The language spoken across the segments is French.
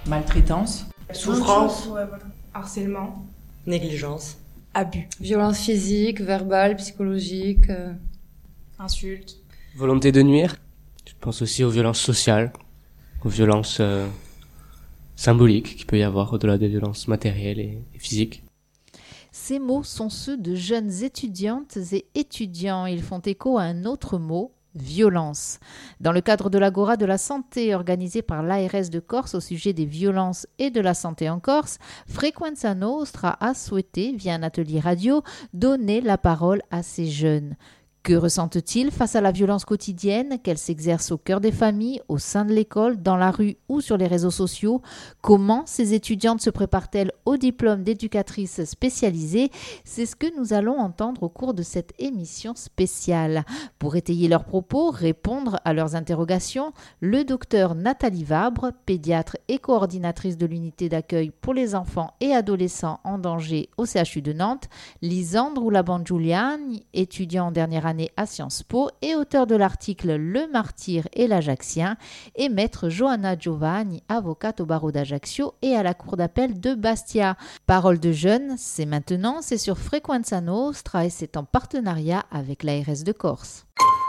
maltraitance, souffrance, Ouais, voilà. Harcèlement, négligence, abus, violence physique, verbale, psychologique. insultes, volonté de nuire. Je pense aussi aux violences sociales, aux violences symboliques qu'il peut y avoir au-delà des violences matérielles et physiques. Ces mots sont ceux de jeunes étudiantes et étudiants. Ils font écho à un autre mot, violence. Dans le cadre de l'Agora de la santé organisée par l'ARS de Corse au sujet des violences et de la santé en Corse, Frequenza Nostra a souhaité, via un atelier radio, donner la parole à ces jeunes. Que ressentent-ils face à la violence quotidienne, qu'elle s'exerce au cœur des familles, au sein de l'école, dans la rue ou sur les réseaux sociaux? Comment ces étudiantes se préparent-elles au diplôme d'éducatrice spécialisée? C'est ce que nous allons entendre au cours de cette émission spéciale. Pour étayer leurs propos, répondre à leurs interrogations, le docteur Nathalie Vabre, pédiatre et coordinatrice de l'unité d'accueil pour les enfants et adolescents en danger au CHU de Nantes, Lisandre Oulabandjoulian, étudiant en dernière année à Sciences Po et auteur de l'article Le Martyr et l'Ajaxien, et maître Johanna Giovanni, avocate au barreau d'Ajaccio et à la cour d'appel de Bastia. Parole de jeunes, c'est maintenant, c'est sur Frequenza Nostra et c'est en partenariat avec l'ARS de Corse.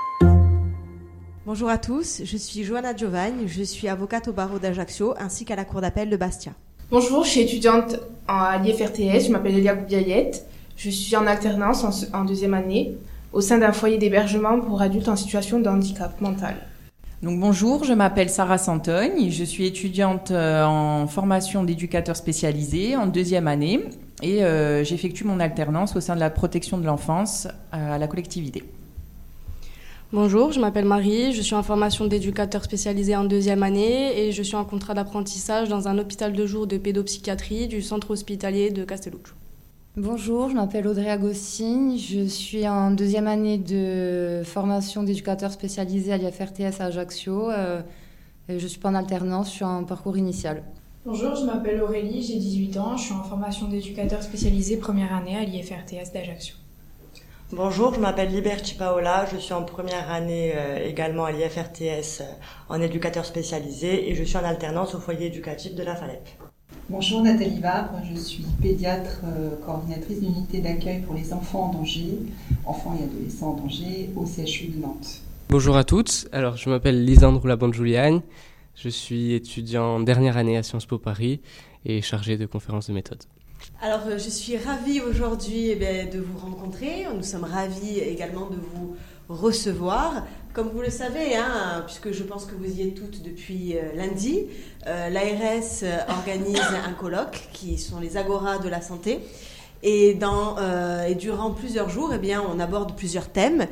Bonjour à tous, je suis Johanna Giovanni, je suis avocate au barreau d'Ajaccio ainsi qu'à la cour d'appel de Bastia. Bonjour, je suis étudiante à l'IFRTS, je m'appelle Elia Goubiayette, je suis en alternance en deuxième année au sein d'un foyer d'hébergement pour adultes en situation de handicap mental. Donc bonjour, je m'appelle Sarah Santogne, je suis étudiante en formation d'éducateur spécialisé en deuxième année et j'effectue mon alternance au sein de la protection de l'enfance à la collectivité. Bonjour, je m'appelle Marie, je suis en formation d'éducateur spécialisé en deuxième année et je suis en contrat d'apprentissage dans un hôpital de jour de pédopsychiatrie du centre hospitalier de Castelluccio. Bonjour, je m'appelle Audrey Agostini, je suis en deuxième année de formation d'éducateur spécialisé à l'IFRTS à Ajaccio. Je ne suis pas en alternance, je suis en parcours initial. Bonjour, je m'appelle Aurélie, j'ai 18 ans, je suis en formation d'éducateur spécialisé première année à l'IFRTS d'Ajaccio. Bonjour, je m'appelle Liberty Paola, je suis en première année également à l'IFRTS en éducateur spécialisé et je suis en alternance au foyer éducatif de la FALEP. Bonjour Nathalie Vabre, je suis pédiatre, coordinatrice d'unité d'accueil pour les enfants en danger, enfants et adolescents en danger au CHU de Nantes. Bonjour à toutes, alors je m'appelle Lisandre Oulabandjoulian, je suis étudiant en dernière année à Sciences Po Paris et chargé de conférences de méthode. Alors je suis ravie aujourd'hui de vous rencontrer, nous sommes ravis également de vous recevoir. Comme vous le savez, puisque je pense que vous y êtes toutes depuis lundi, l'ARS organise un colloque qui sont les Agoras de la santé. Et durant plusieurs jours, on aborde plusieurs thèmes,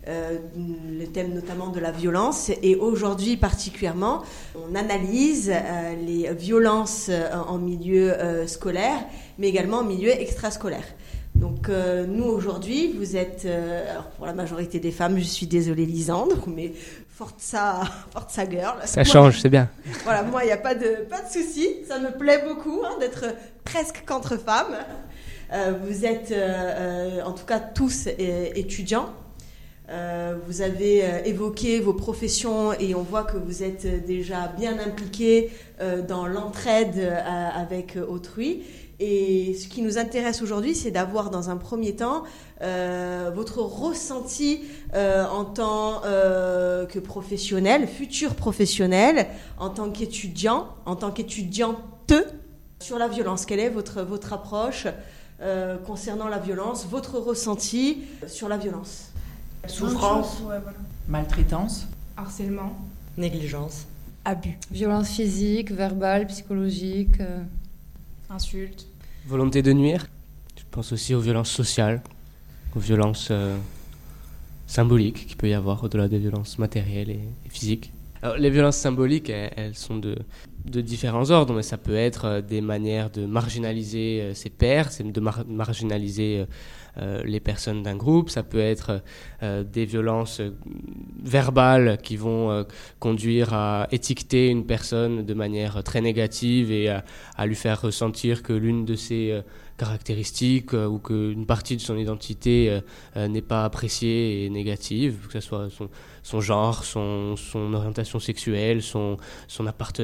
le thème notamment de la violence. Et aujourd'hui particulièrement, on analyse les violences en milieu scolaire, mais également en milieu extrascolaire. Donc nous aujourd'hui, vous êtes, alors pour la majorité des femmes, je suis désolée Lisandre, mais forza girl. Ça change, c'est bien. Voilà, moi il n'y a pas de souci, ça me plaît beaucoup d'être presque qu'entre femmes. Vous êtes en tout cas tous étudiants. Vous avez évoqué vos professions et on voit que vous êtes déjà bien impliqués dans l'entraide avec autrui. Et ce qui nous intéresse aujourd'hui, c'est d'avoir dans un premier temps votre ressenti en tant que professionnel, futur professionnel, en tant qu'étudiant, en tant qu'étudiante sur la violence. Quelle est votre approche concernant la violence, votre ressenti sur la violence? Souffrance, ouais, voilà. Maltraitance, Harcèlement, négligence, abus, Violence physique, verbale, psychologique. insultes, volonté de nuire. Je pense aussi aux violences sociales, aux violences symboliques qu'il peut y avoir au-delà des violences matérielles et physiques. Alors, les violences symboliques, elles sont de différents ordres, mais ça peut être des manières de marginaliser ses pairs, de marginaliser les personnes d'un groupe, ça peut être des violences verbales qui vont conduire à étiqueter une personne de manière très négative et à lui faire ressentir que l'une de ses caractéristiques ou qu'une partie de son identité n'est pas appréciée et négative, que ce soit son genre, son orientation sexuelle, son appartenance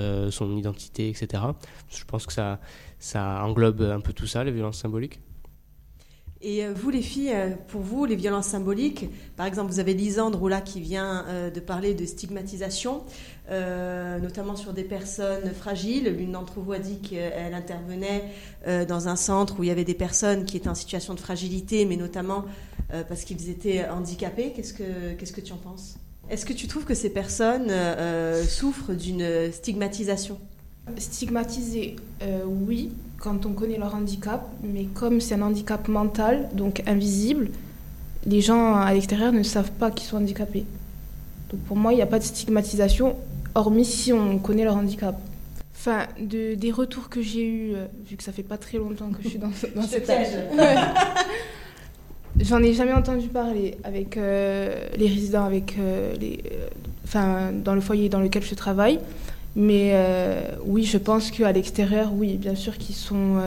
son identité, etc. Je pense que ça englobe un peu tout ça, les violences symboliques. Et vous, les filles, pour vous, les violences symboliques, par exemple, vous avez Lisandre là qui vient de parler de stigmatisation, notamment sur des personnes fragiles. L'une d'entre vous a dit qu'elle intervenait dans un centre où il y avait des personnes qui étaient en situation de fragilité, mais notamment parce qu'ils étaient handicapés. Qu'est-ce que tu en penses ? Est-ce que tu trouves que ces personnes souffrent d'une stigmatisation ? Stigmatisé, oui, quand on connaît leur handicap, mais comme c'est un handicap mental, donc invisible, les gens à l'extérieur ne savent pas qu'ils sont handicapés. Donc pour moi, il n'y a pas de stigmatisation, hormis si on connaît leur handicap. Enfin, des retours que j'ai eus, vu que ça fait pas très longtemps que je suis dans cette âge, j'en ai jamais entendu parler avec les résidents, avec dans le foyer dans lequel je travaille. Mais oui, je pense qu'à l'extérieur, oui, bien sûr qu'ils sont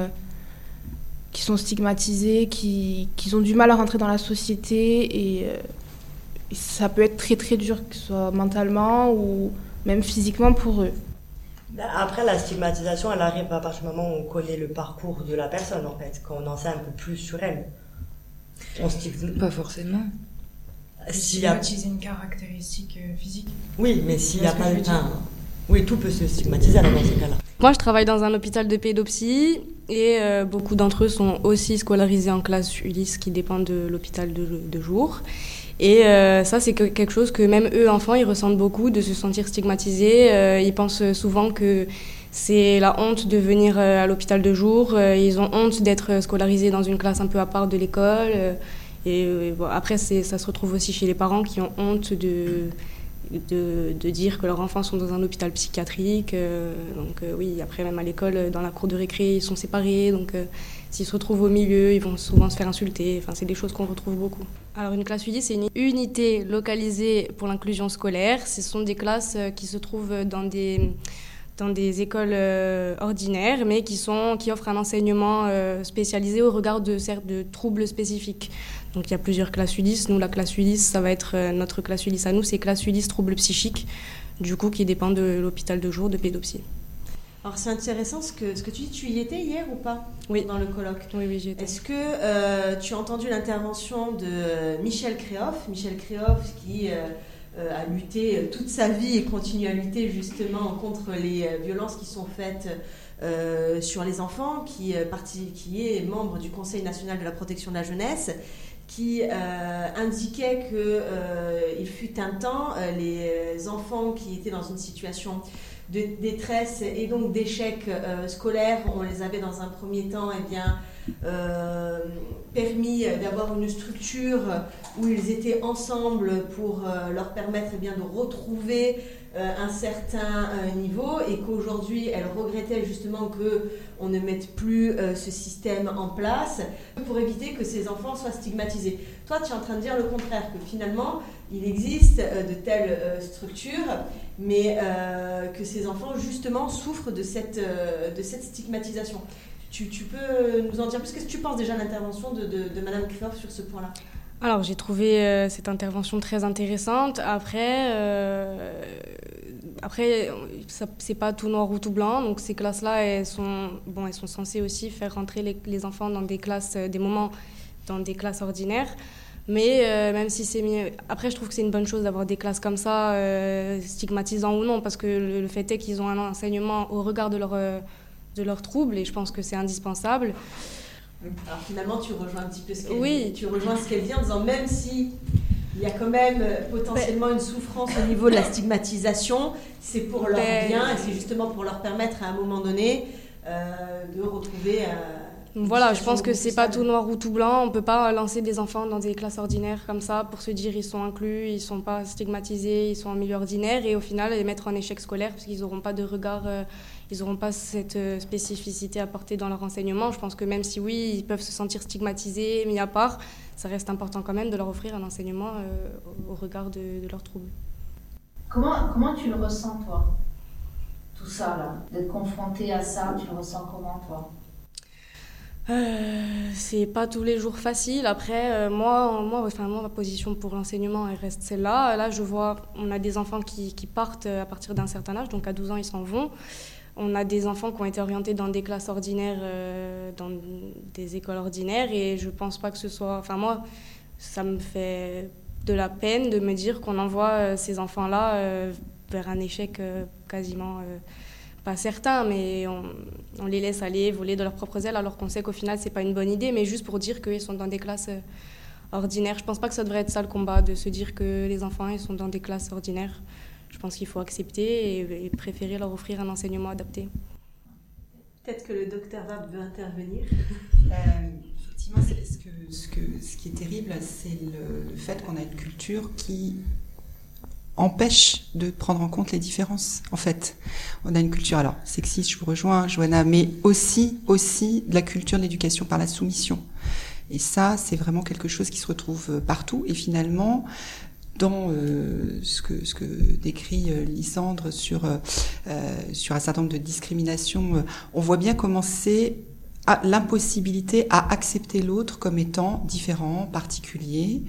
stigmatisés, qu'ils ont du mal à rentrer dans la société et ça peut être très très dur, que ce soit mentalement ou même physiquement pour eux. Après, la stigmatisation, elle arrive à partir du moment où on connaît le parcours de la personne, en fait, quand on en sait un peu plus sur elle. Pas forcément. Stigmatiser une caractéristique physique. Oui, mais s'il n'y a pas le temps... Oui, tout peut se stigmatiser dans ces cas-là. Moi, je travaille dans un hôpital de pédopsie et beaucoup d'entre eux sont aussi scolarisés en classe Ulysse qui dépend de l'hôpital de jour. Et ça, c'est quelque chose que même eux, enfants, ils ressentent beaucoup, de se sentir stigmatisés. Ils pensent souvent que c'est la honte de venir à l'hôpital de jour. Ils ont honte d'être scolarisés dans une classe un peu à part de l'école. Après, ça se retrouve aussi chez les parents qui ont honte de dire que leurs enfants sont dans un hôpital psychiatrique. Oui, après même à l'école, dans la cour de récré, ils sont séparés. Donc s'ils se retrouvent au milieu, ils vont souvent se faire insulter. Enfin, c'est des choses qu'on retrouve beaucoup. Alors une classe UDI, c'est une unité localisée pour l'inclusion scolaire. Ce sont des classes qui se trouvent dans des écoles ordinaires, mais qui offrent un enseignement spécialisé au regard de troubles spécifiques. Donc il y a plusieurs classes Ulysse. Nous, la classe Ulysse, ça va être notre classe Ulysse à nous, c'est classe Ulysse troubles psychiques, du coup, qui dépend de l'hôpital de jour de pédopsie. Alors c'est intéressant ce que tu dis. Tu y étais hier ou pas ? Oui. Dans le colloque. Oui, j'y étais. Est-ce que tu as entendu l'intervention de Michel Créoff qui a lutté toute sa vie et continue à lutter justement contre les violences qui sont faites sur les enfants, qui est membre du Conseil national de la protection de la jeunesse, qui indiquait qu'il fut un temps, les enfants qui étaient dans une situation de détresse et donc d'échec scolaire, on les avait dans un premier temps permis d'avoir une structure où ils étaient ensemble pour leur permettre de retrouver un certain niveau, et qu'aujourd'hui elle regrettait justement qu'on ne mette plus ce système en place pour éviter que ces enfants soient stigmatisés. Toi, tu es en train de dire le contraire, que finalement il existe de telles structures, mais que ces enfants justement souffrent de cette stigmatisation. Tu peux nous en dire plus ? Qu'est-ce que tu penses déjà de l'intervention de Madame Créoff sur ce point-là ? Alors, j'ai trouvé cette intervention très intéressante. Après, c'est pas tout noir ou tout blanc. Donc, ces classes-là, elles sont censées aussi faire rentrer les enfants dans des classes, dans des classes ordinaires. Mais même si c'est mieux... Après, je trouve que c'est une bonne chose d'avoir des classes comme ça, stigmatisant ou non, parce que le fait est qu'ils ont un enseignement au regard de leurs troubles, et je pense que c'est indispensable. Alors finalement, tu rejoins un petit peu ce qu'elle dit. Tu rejoins ce qu'elle dit en disant, même si il y a quand même potentiellement une souffrance au niveau de la stigmatisation, c'est pour leur bien, et c'est justement pour leur permettre à un moment donné de retrouver... Voilà, je pense que c'est pas tout noir ou tout blanc. On peut pas lancer des enfants dans des classes ordinaires comme ça pour se dire ils sont inclus, ils sont pas stigmatisés, ils sont en milieu ordinaire, et au final les mettre en échec scolaire parce qu'ils n'auront pas de regard, ils n'auront pas cette spécificité apportée dans leur enseignement. Je pense que même si oui, ils peuvent se sentir stigmatisés, mis à part, ça reste important quand même de leur offrir un enseignement au regard de leurs troubles. Comment tu le ressens, toi, tout ça là, d'être confronté à ça, tu le ressens comment, toi ? C'est pas tous les jours facile. Après, moi, ma position pour l'enseignement, elle reste celle-là. Là, je vois, on a des enfants qui partent à partir d'un certain âge, donc à 12 ans, ils s'en vont. On a des enfants qui ont été orientés dans des classes ordinaires, dans des écoles ordinaires, et je pense pas que ce soit... Enfin, moi, ça me fait de la peine de me dire qu'on envoie ces enfants-là vers un échec quasiment... pas certain, mais on les laisse aller voler de leurs propres ailes alors qu'on sait qu'au final c'est pas une bonne idée, mais juste pour dire qu'ils sont dans des classes ordinaires. Je pense pas que ça devrait être ça le combat, de se dire que les enfants ils sont dans des classes ordinaires. Je pense qu'il faut accepter et préférer leur offrir un enseignement adapté. Peut-être que le docteur Vabre veut intervenir. Effectivement, ce qui est terrible, c'est le fait qu'on a une culture qui empêche de prendre en compte les différences, en fait. On a une culture, alors, sexiste, je vous rejoins, Johanna, mais aussi de la culture de l'éducation par la soumission. Et ça, c'est vraiment quelque chose qui se retrouve partout. Et finalement, dans ce que décrit Lysandre sur un certain nombre de discriminations, on voit bien comment c'est l'impossibilité à accepter l'autre comme étant différent, particulier,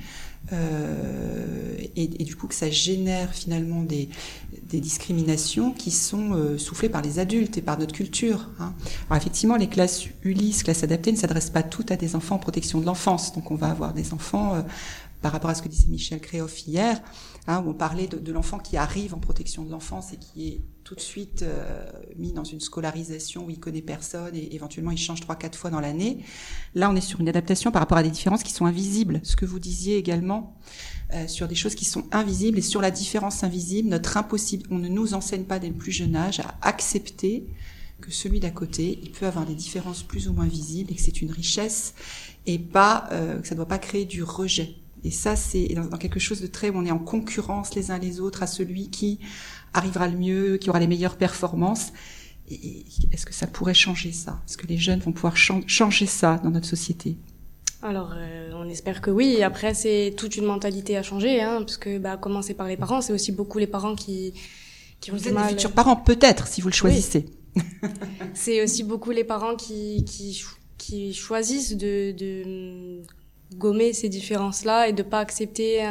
et du coup que ça génère finalement des discriminations qui sont soufflées par les adultes et par notre culture. Hein. Alors effectivement, les classes Ulysse, classes adaptées, ne s'adressent pas toutes à des enfants en protection de l'enfance. Donc on va avoir des enfants, par rapport à ce que disait Michel Créoff hier, hein, où on parlait de l'enfant qui arrive en protection de l'enfance et qui est tout de suite mis dans une scolarisation où il connaît personne et éventuellement il change 3-4 fois dans l'année. Là, on est sur une adaptation par rapport à des différences qui sont invisibles. Ce que vous disiez également sur des choses qui sont invisibles et sur la différence invisible, on ne nous enseigne pas dès le plus jeune âge à accepter que celui d'à côté, il peut avoir des différences plus ou moins visibles et que c'est une richesse et pas que ça ne doit pas créer du rejet. Et ça, c'est dans quelque chose de très où on est en concurrence les uns les autres à celui qui arrivera le mieux, qui aura les meilleures performances. Et est-ce que ça pourrait changer ça ? Est-ce que les jeunes vont pouvoir changer ça dans notre société ? Alors, on espère que oui. Après, c'est toute une mentalité à changer, hein, parce que commencer par les parents, c'est aussi beaucoup les parents qui ont du mal. Vous êtes des futurs parents, peut-être, si vous le choisissez. Oui. C'est aussi beaucoup les parents qui choisissent de gommer ces différences-là et de pas accepter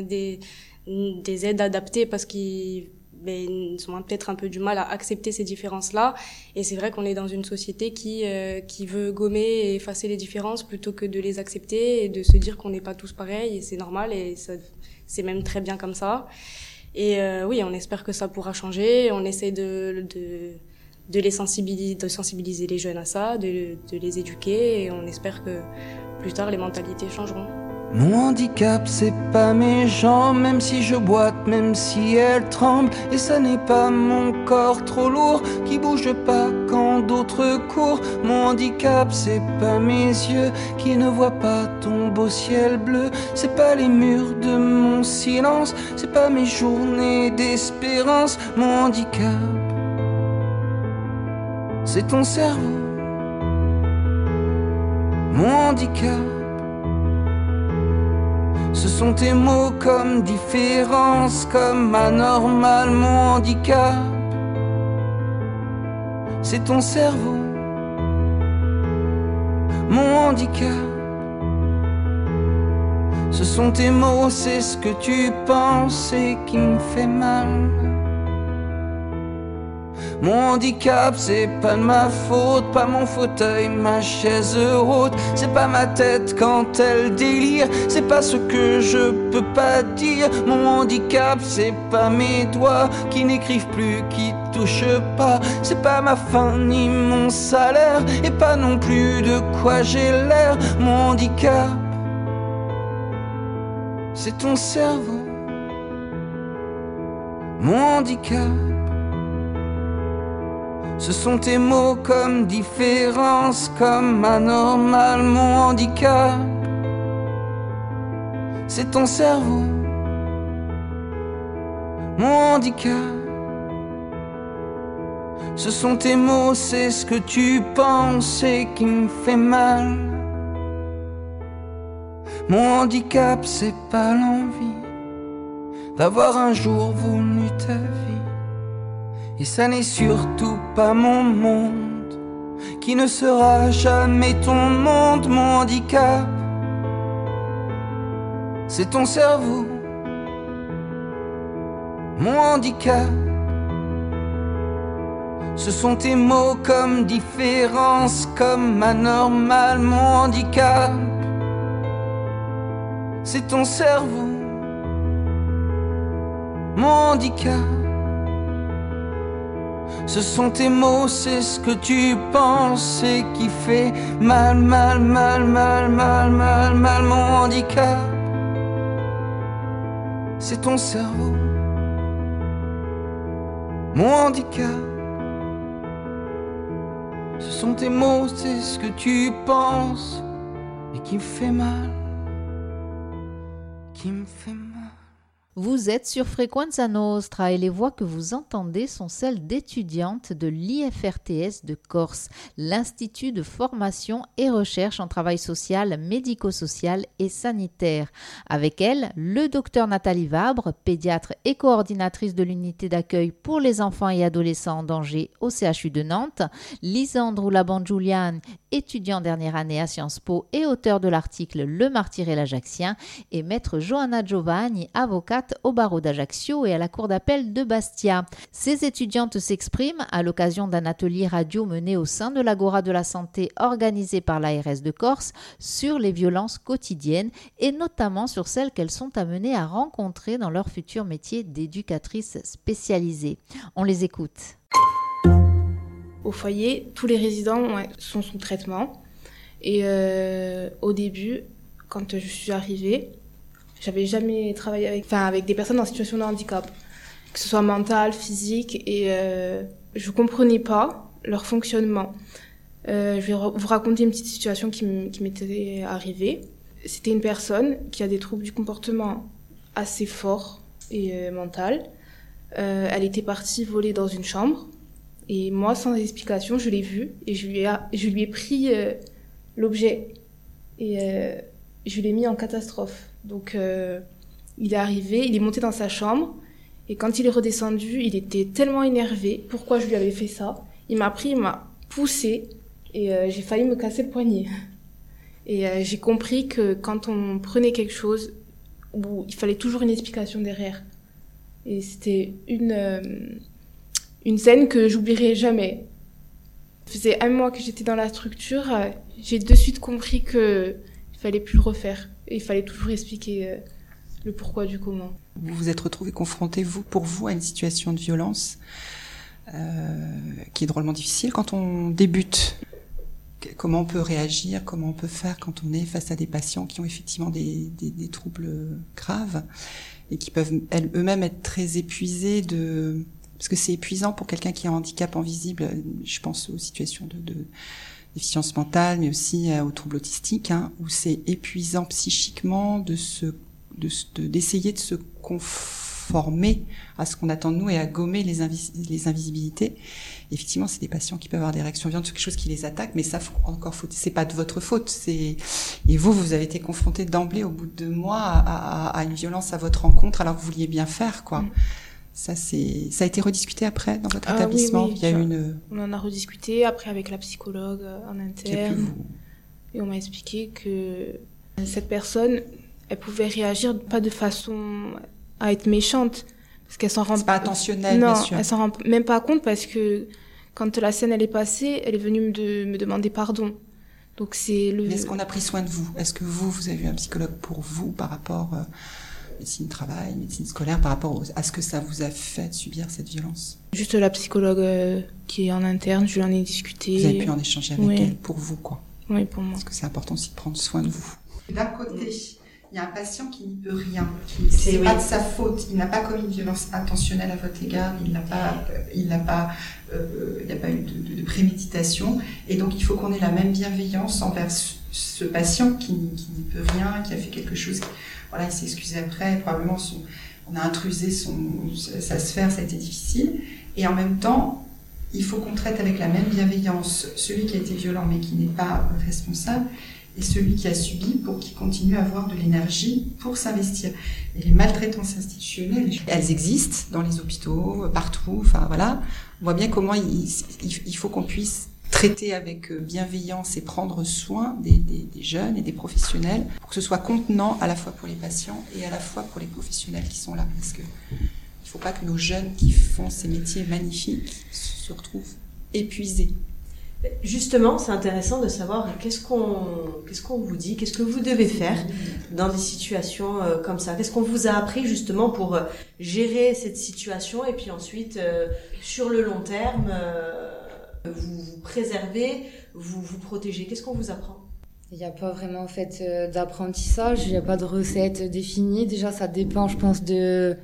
des aides adaptées parce qu'ils ont peut-être un peu du mal à accepter ces différences-là. Et c'est vrai qu'on est dans une société qui veut gommer et effacer les différences plutôt que de les accepter et de se dire qu'on n'est pas tous pareils et c'est normal et ça, c'est même très bien comme ça. Et oui, on espère que ça pourra changer. On essaie de sensibiliser les jeunes à ça, de les éduquer et on espère que plus tard les mentalités changeront. Mon handicap, c'est pas mes jambes, même si je boite, même si elles tremblent. Et ça n'est pas mon corps trop lourd qui bouge pas quand d'autres courent. Mon handicap, c'est pas mes yeux qui ne voient pas ton beau ciel bleu. C'est pas les murs de mon silence, c'est pas mes journées d'espérance. Mon handicap, c'est ton cerveau. Mon handicap, ce sont tes mots comme différence, comme anormal. Mon handicap, c'est ton cerveau. Mon handicap, ce sont tes mots, c'est ce que tu penses et qui me fait mal. Mon handicap, c'est pas de ma faute, pas mon fauteuil, ma chaise haute. C'est pas ma tête quand elle délire, c'est pas ce que je peux pas dire. Mon handicap, c'est pas mes doigts qui n'écrivent plus, qui touchent pas. C'est pas ma faim ni mon salaire, et pas non plus de quoi j'ai l'air. Mon handicap, c'est ton cerveau. Mon handicap, ce sont tes mots comme différence, comme anormal. Mon handicap, c'est ton cerveau. Mon handicap, ce sont tes mots, c'est ce que tu penses et qui me fait mal. Mon handicap, c'est pas l'envie d'avoir un jour voulu ta vie. Et ça n'est surtout pas mon monde, qui ne sera jamais ton monde. Mon handicap, c'est ton cerveau. Mon handicap, ce sont tes mots comme différence, comme anormal. Mon handicap, c'est ton cerveau. Mon handicap, ce sont tes mots, c'est ce que tu penses et qui fait mal, mal, mal, mal, mal, mal, mal. Mon handicap, c'est ton cerveau. Mon handicap, ce sont tes mots, c'est ce que tu penses et qui me fait mal, qui me fait mal. Vous êtes sur Frequenza Nostra et les voix que vous entendez sont celles d'étudiantes de l'IFRTS de Corse, l'Institut de formation et recherche en travail social, médico-social et sanitaire. Avec elle, le docteur Nathalie Vabre, pédiatre et coordinatrice de l'unité d'accueil pour les enfants et adolescents en danger au CHU de Nantes, Lisandro Laban-Giulian, étudiant dernière année à Sciences Po et auteur de l'article Le Martyr et l'Ajaxien, et maître Johanna Giovanni, avocate au barreau d'Ajaccio et à la cour d'appel de Bastia. Ces étudiantes s'expriment à l'occasion d'un atelier radio mené au sein de l'Agora de la Santé organisé par l'ARS de Corse sur les violences quotidiennes et notamment sur celles qu'elles sont amenées à rencontrer dans leur futur métier d'éducatrice spécialisée. On les écoute. Au foyer, tous les résidents sont sous traitement. Et au début, quand je suis arrivée, j'avais jamais travaillé avec des personnes en situation de handicap, que ce soit mental, physique, et je comprenais pas leur fonctionnement. Je vais vous raconter une petite situation qui m'était arrivée. C'était une personne qui a des troubles du comportement assez forts et mental. Elle était partie voler dans une chambre. Et moi, sans explication, je l'ai vue et je lui ai pris l'objet et je l'ai mis en catastrophe. Donc, il est arrivé, il est monté dans sa chambre et quand il est redescendu, il était tellement énervé. Pourquoi je lui avais fait ça? Il m'a pris, il m'a poussé et j'ai failli me casser le poignet. Et j'ai compris que quand on prenait quelque chose, où il fallait toujours une explication derrière. Et c'était une scène que j'oublierai jamais. Ça faisait 1 mois que j'étais dans la structure, j'ai de suite compris qu'il fallait plus le refaire. Et il fallait toujours expliquer le pourquoi du comment. Vous vous êtes retrouvé confronté, pour vous, à une situation de violence qui est drôlement difficile quand on débute. Comment on peut réagir, comment on peut faire quand on est face à des patients qui ont effectivement des troubles graves et qui peuvent eux-mêmes être très épuisés parce que c'est épuisant pour quelqu'un qui a un handicap invisible. Je pense aux situations de déficience mentale, mais aussi aux troubles autistiques, où c'est épuisant psychiquement d'essayer de se conformer à ce qu'on attend de nous et à gommer les invisibilités. Effectivement, c'est des patients qui peuvent avoir des réactions violentes sur quelque chose qui les attaque, mais ça, c'est pas de votre faute. Et vous avez été confronté d'emblée, au bout de 2 mois, à une violence à votre rencontre, alors que vous vouliez bien faire, quoi. Ça a été rediscuté après dans votre établissement. Oui. On en a rediscuté après avec la psychologue en interne. Et on m'a expliqué que cette personne, elle pouvait réagir pas de façon à être méchante. Parce qu'elle s'en rend C'est pas intentionnel, non, bien sûr. Elle s'en rend même pas compte parce que quand la scène elle est passée, elle est venue me demander pardon. Donc Mais est-ce qu'on a pris soin de vous? Est-ce que vous avez eu un psychologue pour vous par rapport médecine travail, médecine scolaire, par rapport à ce que ça vous a fait subir cette violence? Juste la psychologue qui est en interne, je lui en ai discuté. Vous avez pu en échanger avec elle pour vous, quoi. Oui, pour moi. Parce que c'est important aussi de prendre soin de vous. D'un côté, il y a un patient qui n'y peut rien, c'est pas de sa faute, il n'a pas commis une violence intentionnelle à votre égard, il n'a pas eu de préméditation, et donc il faut qu'on ait la même bienveillance envers ce patient qui n'y peut rien, qui a fait quelque chose, il s'est excusé après, probablement on a intrusé sa sphère, ça a été difficile, et en même temps, il faut qu'on traite avec la même bienveillance celui qui a été violent mais qui n'est pas responsable, et celui qui a subi pour qu'il continue à avoir de l'énergie pour s'investir. Et les maltraitances institutionnelles, elles existent dans les hôpitaux, partout, on voit bien comment il faut qu'on puisse traiter avec bienveillance et prendre soin des jeunes et des professionnels pour que ce soit contenant à la fois pour les patients et à la fois pour les professionnels qui sont là. Parce que il faut pas que nos jeunes qui font ces métiers magnifiques se retrouvent épuisés. Justement, c'est intéressant de savoir qu'est-ce qu'on vous dit, qu'est-ce que vous devez faire dans des situations comme ça. Qu'est-ce qu'on vous a appris justement pour gérer cette situation et puis ensuite, sur le long terme, vous préserver, vous protéger. Qu'est-ce qu'on vous apprend ? Il n'y a pas vraiment en fait d'apprentissage, il n'y a pas de recette définie. Déjà, ça dépend, je pense, de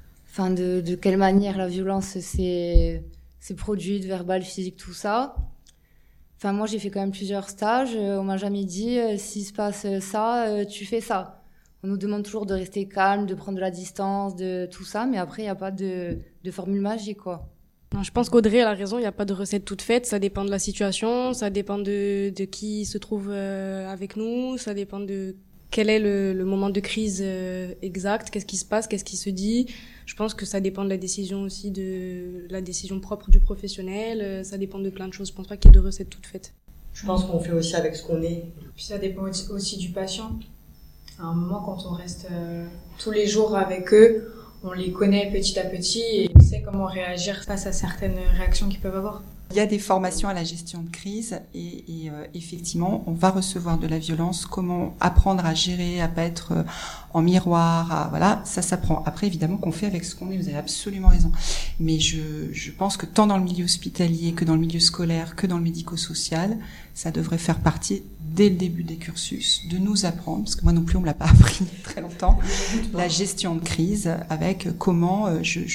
quelle manière la violence s'est produite, verbale, physique, tout ça. Enfin, moi, j'ai fait quand même plusieurs stages. On m'a jamais dit, s'il se passe ça, tu fais ça. On nous demande toujours de rester calme, de prendre de la distance, de tout ça. Mais après, il n'y a pas de formule magique, quoi. Non, je pense qu'Audrey a raison. Il n'y a pas de recette toute faite. Ça dépend de la situation. Ça dépend de qui se trouve avec nous. Ça dépend de quel est le moment de crise exact. Qu'est-ce qui se passe? Qu'est-ce qui se dit? Je pense que ça dépend de la décision aussi, de la décision propre du professionnel. Ça dépend de plein de choses. Je pense pas qu'il y ait de recettes toutes faites. Je pense qu'on fait aussi avec ce qu'on est. Puis ça dépend aussi du patient. À un moment, quand on reste tous les jours avec eux, on les connaît petit à petit et on sait comment réagir face à certaines réactions qu'ils peuvent avoir. Il y a des formations à la gestion de crise et effectivement, on va recevoir de la violence. Comment apprendre à gérer, à pas être en miroir, voilà, ça s'apprend. Après, évidemment, qu'on fait avec ce qu'on est. Vous avez absolument raison. Mais je pense que tant dans le milieu hospitalier que dans le milieu scolaire, que dans le médico-social, ça devrait faire partie dès le début des cursus de nous apprendre, parce que moi non plus on me l'a pas appris très longtemps, la gestion de crise avec comment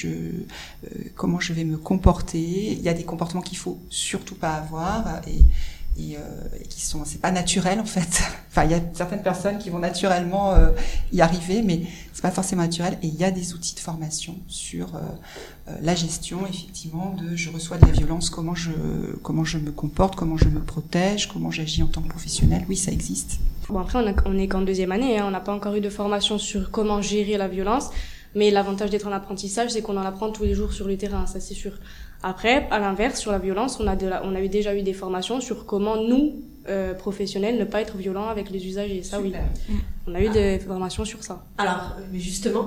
comment je vais me comporter. Il y a des comportements qu'il faut surtout pas avoir et qui sont, c'est pas naturel en fait. Enfin, il y a certaines personnes qui vont naturellement y arriver, mais c'est pas forcément naturel. Et il y a des outils de formation sur la gestion, effectivement, de je reçois de la violence, comment je me comporte, comment je me protège, comment j'agis en tant que professionnel. Oui, ça existe. Bon, après, on est qu'en deuxième année, hein, on n'a pas encore eu de formation sur comment gérer la violence, mais l'avantage d'être en apprentissage, c'est qu'on en apprend tous les jours sur le terrain, ça c'est sûr. Après, à l'inverse, sur la violence, on a déjà eu des formations sur comment nous, professionnels, ne pas être violents avec les usagers. Ça, super. Oui. On a eu des formations sur ça. Alors, mais justement,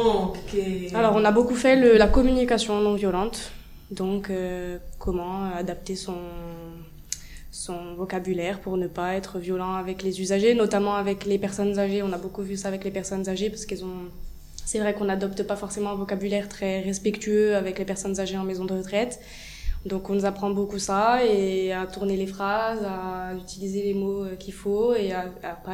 Alors, on a beaucoup fait la communication non violente. Donc, comment adapter son vocabulaire pour ne pas être violent avec les usagers, notamment avec les personnes âgées. On a beaucoup vu ça avec les personnes âgées parce c'est vrai qu'on n'adopte pas forcément un vocabulaire très respectueux avec les personnes âgées en maison de retraite. Donc on nous apprend beaucoup ça et à tourner les phrases, à utiliser les mots qu'il faut et à pas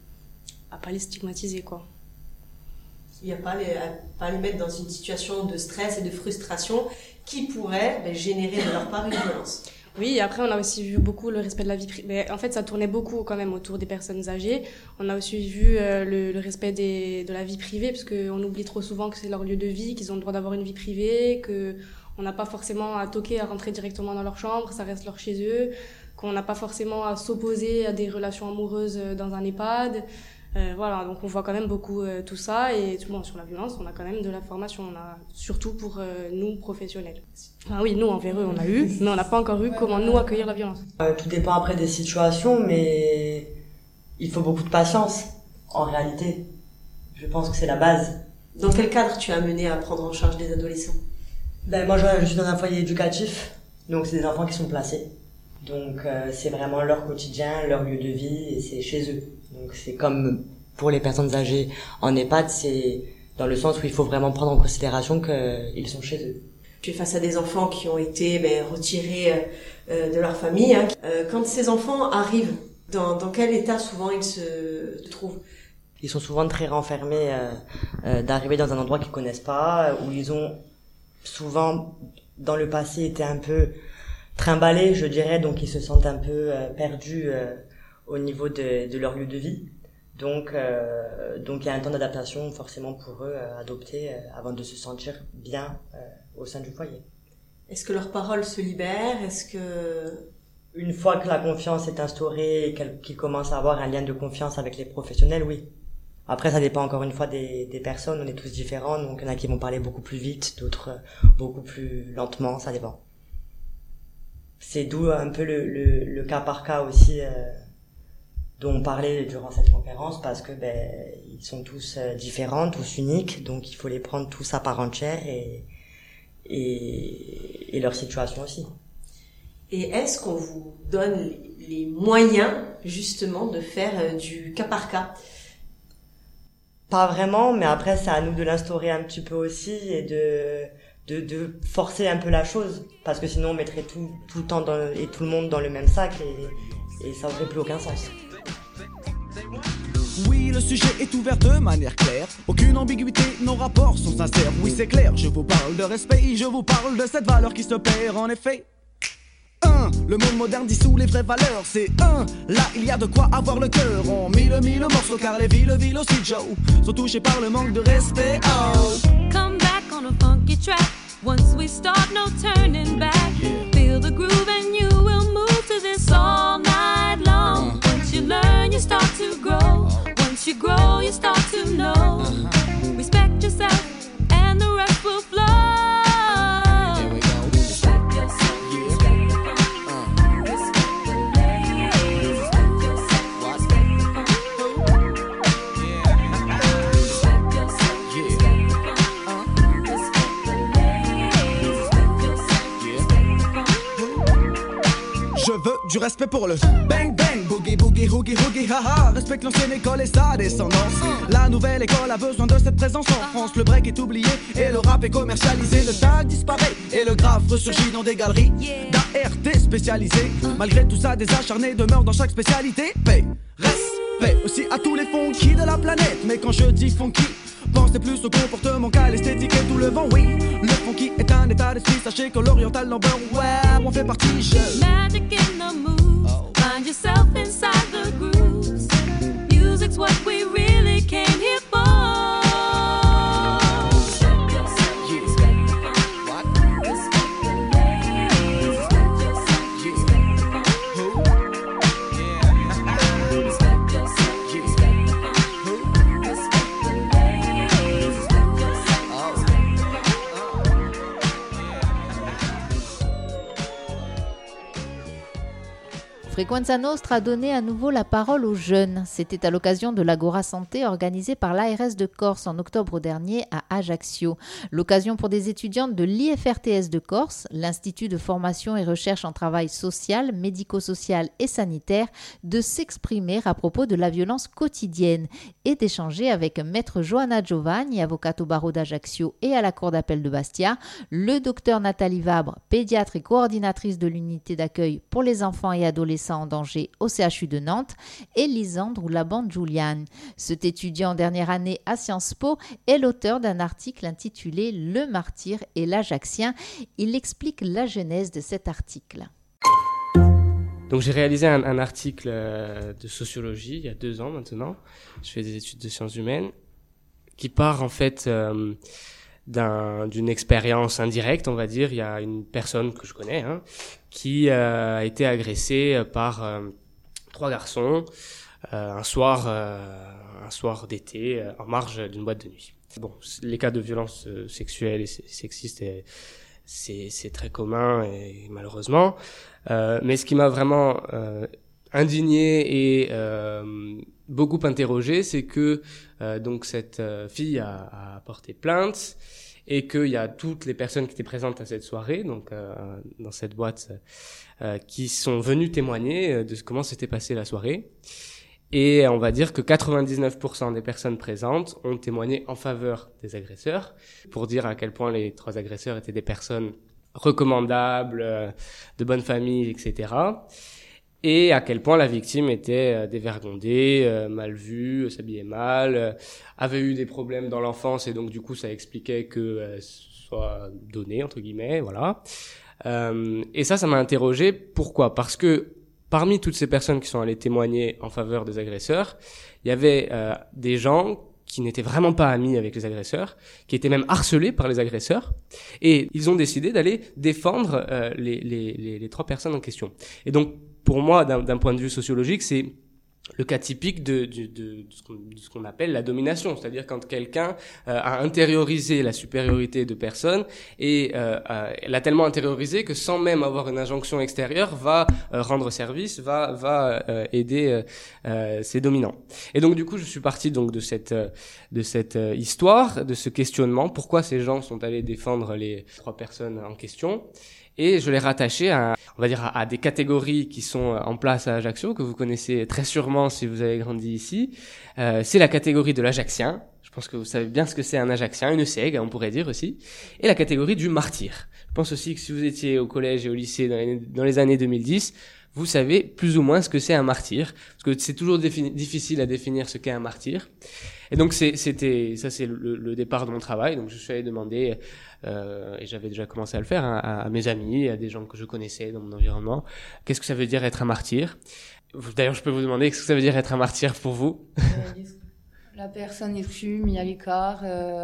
les stigmatiser, quoi. Il n'y a pas les mettre dans une situation de stress et de frustration qui pourrait générer de leur part une violence. Oui, et après, on a aussi vu beaucoup le respect de la vie privée. En fait, ça tournait beaucoup quand même autour des personnes âgées. On a aussi vu le respect de la vie privée, parce qu'on oublie trop souvent que c'est leur lieu de vie, qu'ils ont le droit d'avoir une vie privée, qu'on n'a pas forcément à toquer, à rentrer directement dans leur chambre, ça reste leur chez eux, qu'on n'a pas forcément à s'opposer à des relations amoureuses dans un EHPAD. Voilà, donc on voit quand même beaucoup tout ça. Et bon, sur la violence, on a quand même de la formation. On a surtout pour nous, professionnels. Enfin oui, nous, envers eux, on a eu, mais on n'a pas encore eu comment nous accueillir la violence. Tout dépend après des situations, mais il faut beaucoup de patience, en réalité. Je pense que c'est la base. Dans quel cadre tu as mené à prendre en charge des adolescents ? Moi, je suis dans un foyer éducatif, donc c'est des enfants qui sont placés. Donc c'est vraiment leur quotidien, leur lieu de vie, et c'est chez eux. Donc c'est comme pour les personnes âgées en EHPAD, c'est dans le sens où il faut vraiment prendre en considération qu'ils sont chez eux. Tu es face à des enfants qui ont été retirés de leur famille. Hein. Quand ces enfants arrivent, dans quel état souvent ils se trouvent ? Ils sont souvent très renfermés d'arriver dans un endroit qu'ils connaissent pas, où ils ont souvent dans le passé été un peu trimballés, je dirais, donc ils se sentent un peu perdus au niveau de leur lieu de vie. Donc il y a un temps d'adaptation forcément pour eux à adopter avant de se sentir bien au sein du foyer. Est-ce que leurs paroles se libèrent ? Est-ce que... Une fois que la confiance est instaurée et qu'ils commencent à avoir un lien de confiance avec les professionnels, oui. Après, ça dépend encore une fois des personnes, on est tous différents, donc il y en a qui vont parler beaucoup plus vite, d'autres beaucoup plus lentement, ça dépend. c'est d'où un peu le cas par cas aussi dont on parlait durant cette conférence, parce que ils sont tous différents, tous uniques, donc il faut les prendre tous à part entière et leur situation aussi. Et est-ce qu'on vous donne les moyens justement de faire du cas par cas? Pas vraiment, mais après c'est à nous de l'instaurer un petit peu aussi et de forcer un peu la chose, parce que sinon on mettrait tout le temps et tout le monde dans le même sac et ça aurait plus aucun sens. Oui, le sujet est ouvert de manière claire. Aucune ambiguïté, nos rapports sont sincères. Oui, c'est clair, je vous parle de respect, je vous parle de cette valeur qui se perd en effet. Le monde moderne dissout les vraies valeurs. C'est là il y a de quoi avoir le cœur. On mille morceaux car les villes aussi Joe sont touchés par le manque de respect. Come back on a funky track. Once we start, no turning back. Feel the groove and you will move to this all night long. Once you learn, you start to grow. Once you grow, you start to know. Respect yourself and the rest will flow. Je veux du respect pour le bang bang, boogie boogie hoogie hoogie haha. Respecte l'ancienne école et sa descendance. La nouvelle école a besoin de cette présence en France. Le break est oublié et le rap est commercialisé. Le tag disparaît et le graphe ressurgit dans des galeries d'ART spécialisées. Malgré tout ça, des acharnés demeurent dans chaque spécialité. Paix, respect aussi à tous les funky de la planète. Mais quand je dis funky, pensez plus au comportement qu'à l'esthétique et tout le vent, oui. Le funky est un état d'esprit, sachez que l'oriental number, ouais, on fait partie. Magic in the moves, find yourself inside the grooves. Music's what we really came here for. Frequenza Nostra a donné à nouveau la parole aux jeunes. C'était à l'occasion de l'Agora Santé organisée par l'ARS de Corse en octobre dernier à Ajaccio. L'occasion pour des étudiantes de l'IFRTS de Corse, l'Institut de formation et recherche en travail social, médico-social et sanitaire, de s'exprimer à propos de la violence quotidienne et d'échanger avec Maître Johanna Giovanni, avocate au barreau d'Ajaccio et à la Cour d'appel de Bastia, le docteur Nathalie Vabre, pédiatre et coordinatrice de l'unité d'accueil pour les enfants et adolescents en danger au CHU de Nantes, et Lisandre Labande-Juliane. Cet étudiant en dernière année à Sciences Po est l'auteur d'un article intitulé « Le martyr et l'Ajaxien ». Il explique la genèse de cet article. Donc j'ai réalisé un article de sociologie il y a 2 ans maintenant. Je fais des études de sciences humaines qui part en fait d'une expérience indirecte, on va dire. Il y a une personne que je connais qui a été agressée par 3 garçons un soir d'été en marge d'une boîte de nuit. Bon, les cas de violence sexuelle et sexiste, c'est très commun et malheureusement. Mais ce qui m'a vraiment indigné et beaucoup interrogé, c'est que donc cette fille a porté plainte et qu'il y a toutes les personnes qui étaient présentes à cette soirée, donc dans cette boîte, qui sont venues témoigner de comment s'était passée la soirée. Et on va dire que 99% des personnes présentes ont témoigné en faveur des agresseurs, pour dire à quel point les 3 agresseurs étaient des personnes recommandables, de bonne famille, etc. Et à quel point la victime était dévergondée, mal vue, s'habillait mal, avait eu des problèmes dans l'enfance et donc du coup ça expliquait que soit donné entre guillemets, voilà. Et ça m'a interrogé. Pourquoi ? Parce que parmi toutes ces personnes qui sont allées témoigner en faveur des agresseurs, il y avait des gens qui n'étaient vraiment pas amis avec les agresseurs, qui étaient même harcelés par les agresseurs, et ils ont décidé d'aller défendre les 3 personnes en question. Et donc, pour moi, d'un point de vue sociologique, c'est le cas typique de ce qu'on appelle la domination, c'est-à-dire quand quelqu'un a intériorisé la supériorité de personnes et l'a tellement intériorisé que sans même avoir une injonction extérieure va rendre service, va aider ses dominants. Et donc du coup, je suis parti donc de cette histoire, de ce questionnement, pourquoi ces gens sont allés défendre les 3 personnes en question. Et je l'ai rattaché à des catégories qui sont en place à Ajaccio, que vous connaissez très sûrement si vous avez grandi ici. C'est la catégorie de l'Ajaccien. Je pense que vous savez bien ce que c'est un Ajaccien, une SEG, on pourrait dire aussi. Et la catégorie du martyr. Je pense aussi que si vous étiez au collège et au lycée dans les années 2010, vous savez plus ou moins ce que c'est un martyr. Parce que c'est toujours difficile à définir ce qu'est un martyr. Et donc c'est le départ de mon travail. Donc je suis allé demander, et j'avais déjà commencé à le faire, à mes amis, à des gens que je connaissais dans mon environnement, qu'est-ce que ça veut dire être un martyr. D'ailleurs, je peux vous demander, qu'est-ce que ça veut dire être un martyr pour vous? La personne exclue, mise à l'écart,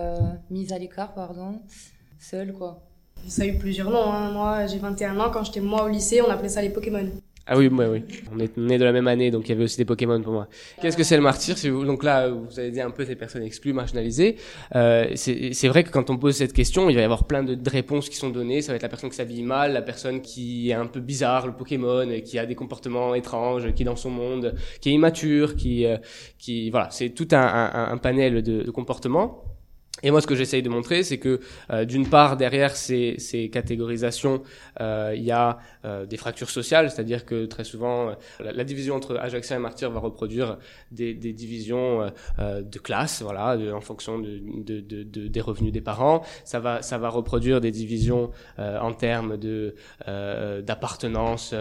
seule quoi. Ça a eu plusieurs noms, hein. Moi j'ai 21 ans, quand j'étais au lycée, on appelait ça les Pokémon. Ah oui, oui. On est nés de la même année, donc il y avait aussi des Pokémon pour moi. Qu'est-ce que c'est le martyr? Donc là, vous avez dit un peu ces personnes exclues, marginalisées. C'est vrai que quand on pose cette question, il va y avoir plein de réponses qui sont données. Ça va être la personne qui s'habille mal, la personne qui est un peu bizarre, le Pokémon, qui a des comportements étranges, qui est dans son monde, qui est immature, qui voilà, c'est tout un panel de comportements. Et moi, ce que j'essaye de montrer, c'est que d'une part, derrière ces catégorisations, il y a des fractures sociales, c'est-à-dire que très souvent, la division entre Ajaccien et martyr va reproduire des divisions de classe, voilà, en fonction des revenus des parents. Ça va reproduire des divisions en termes d'appartenance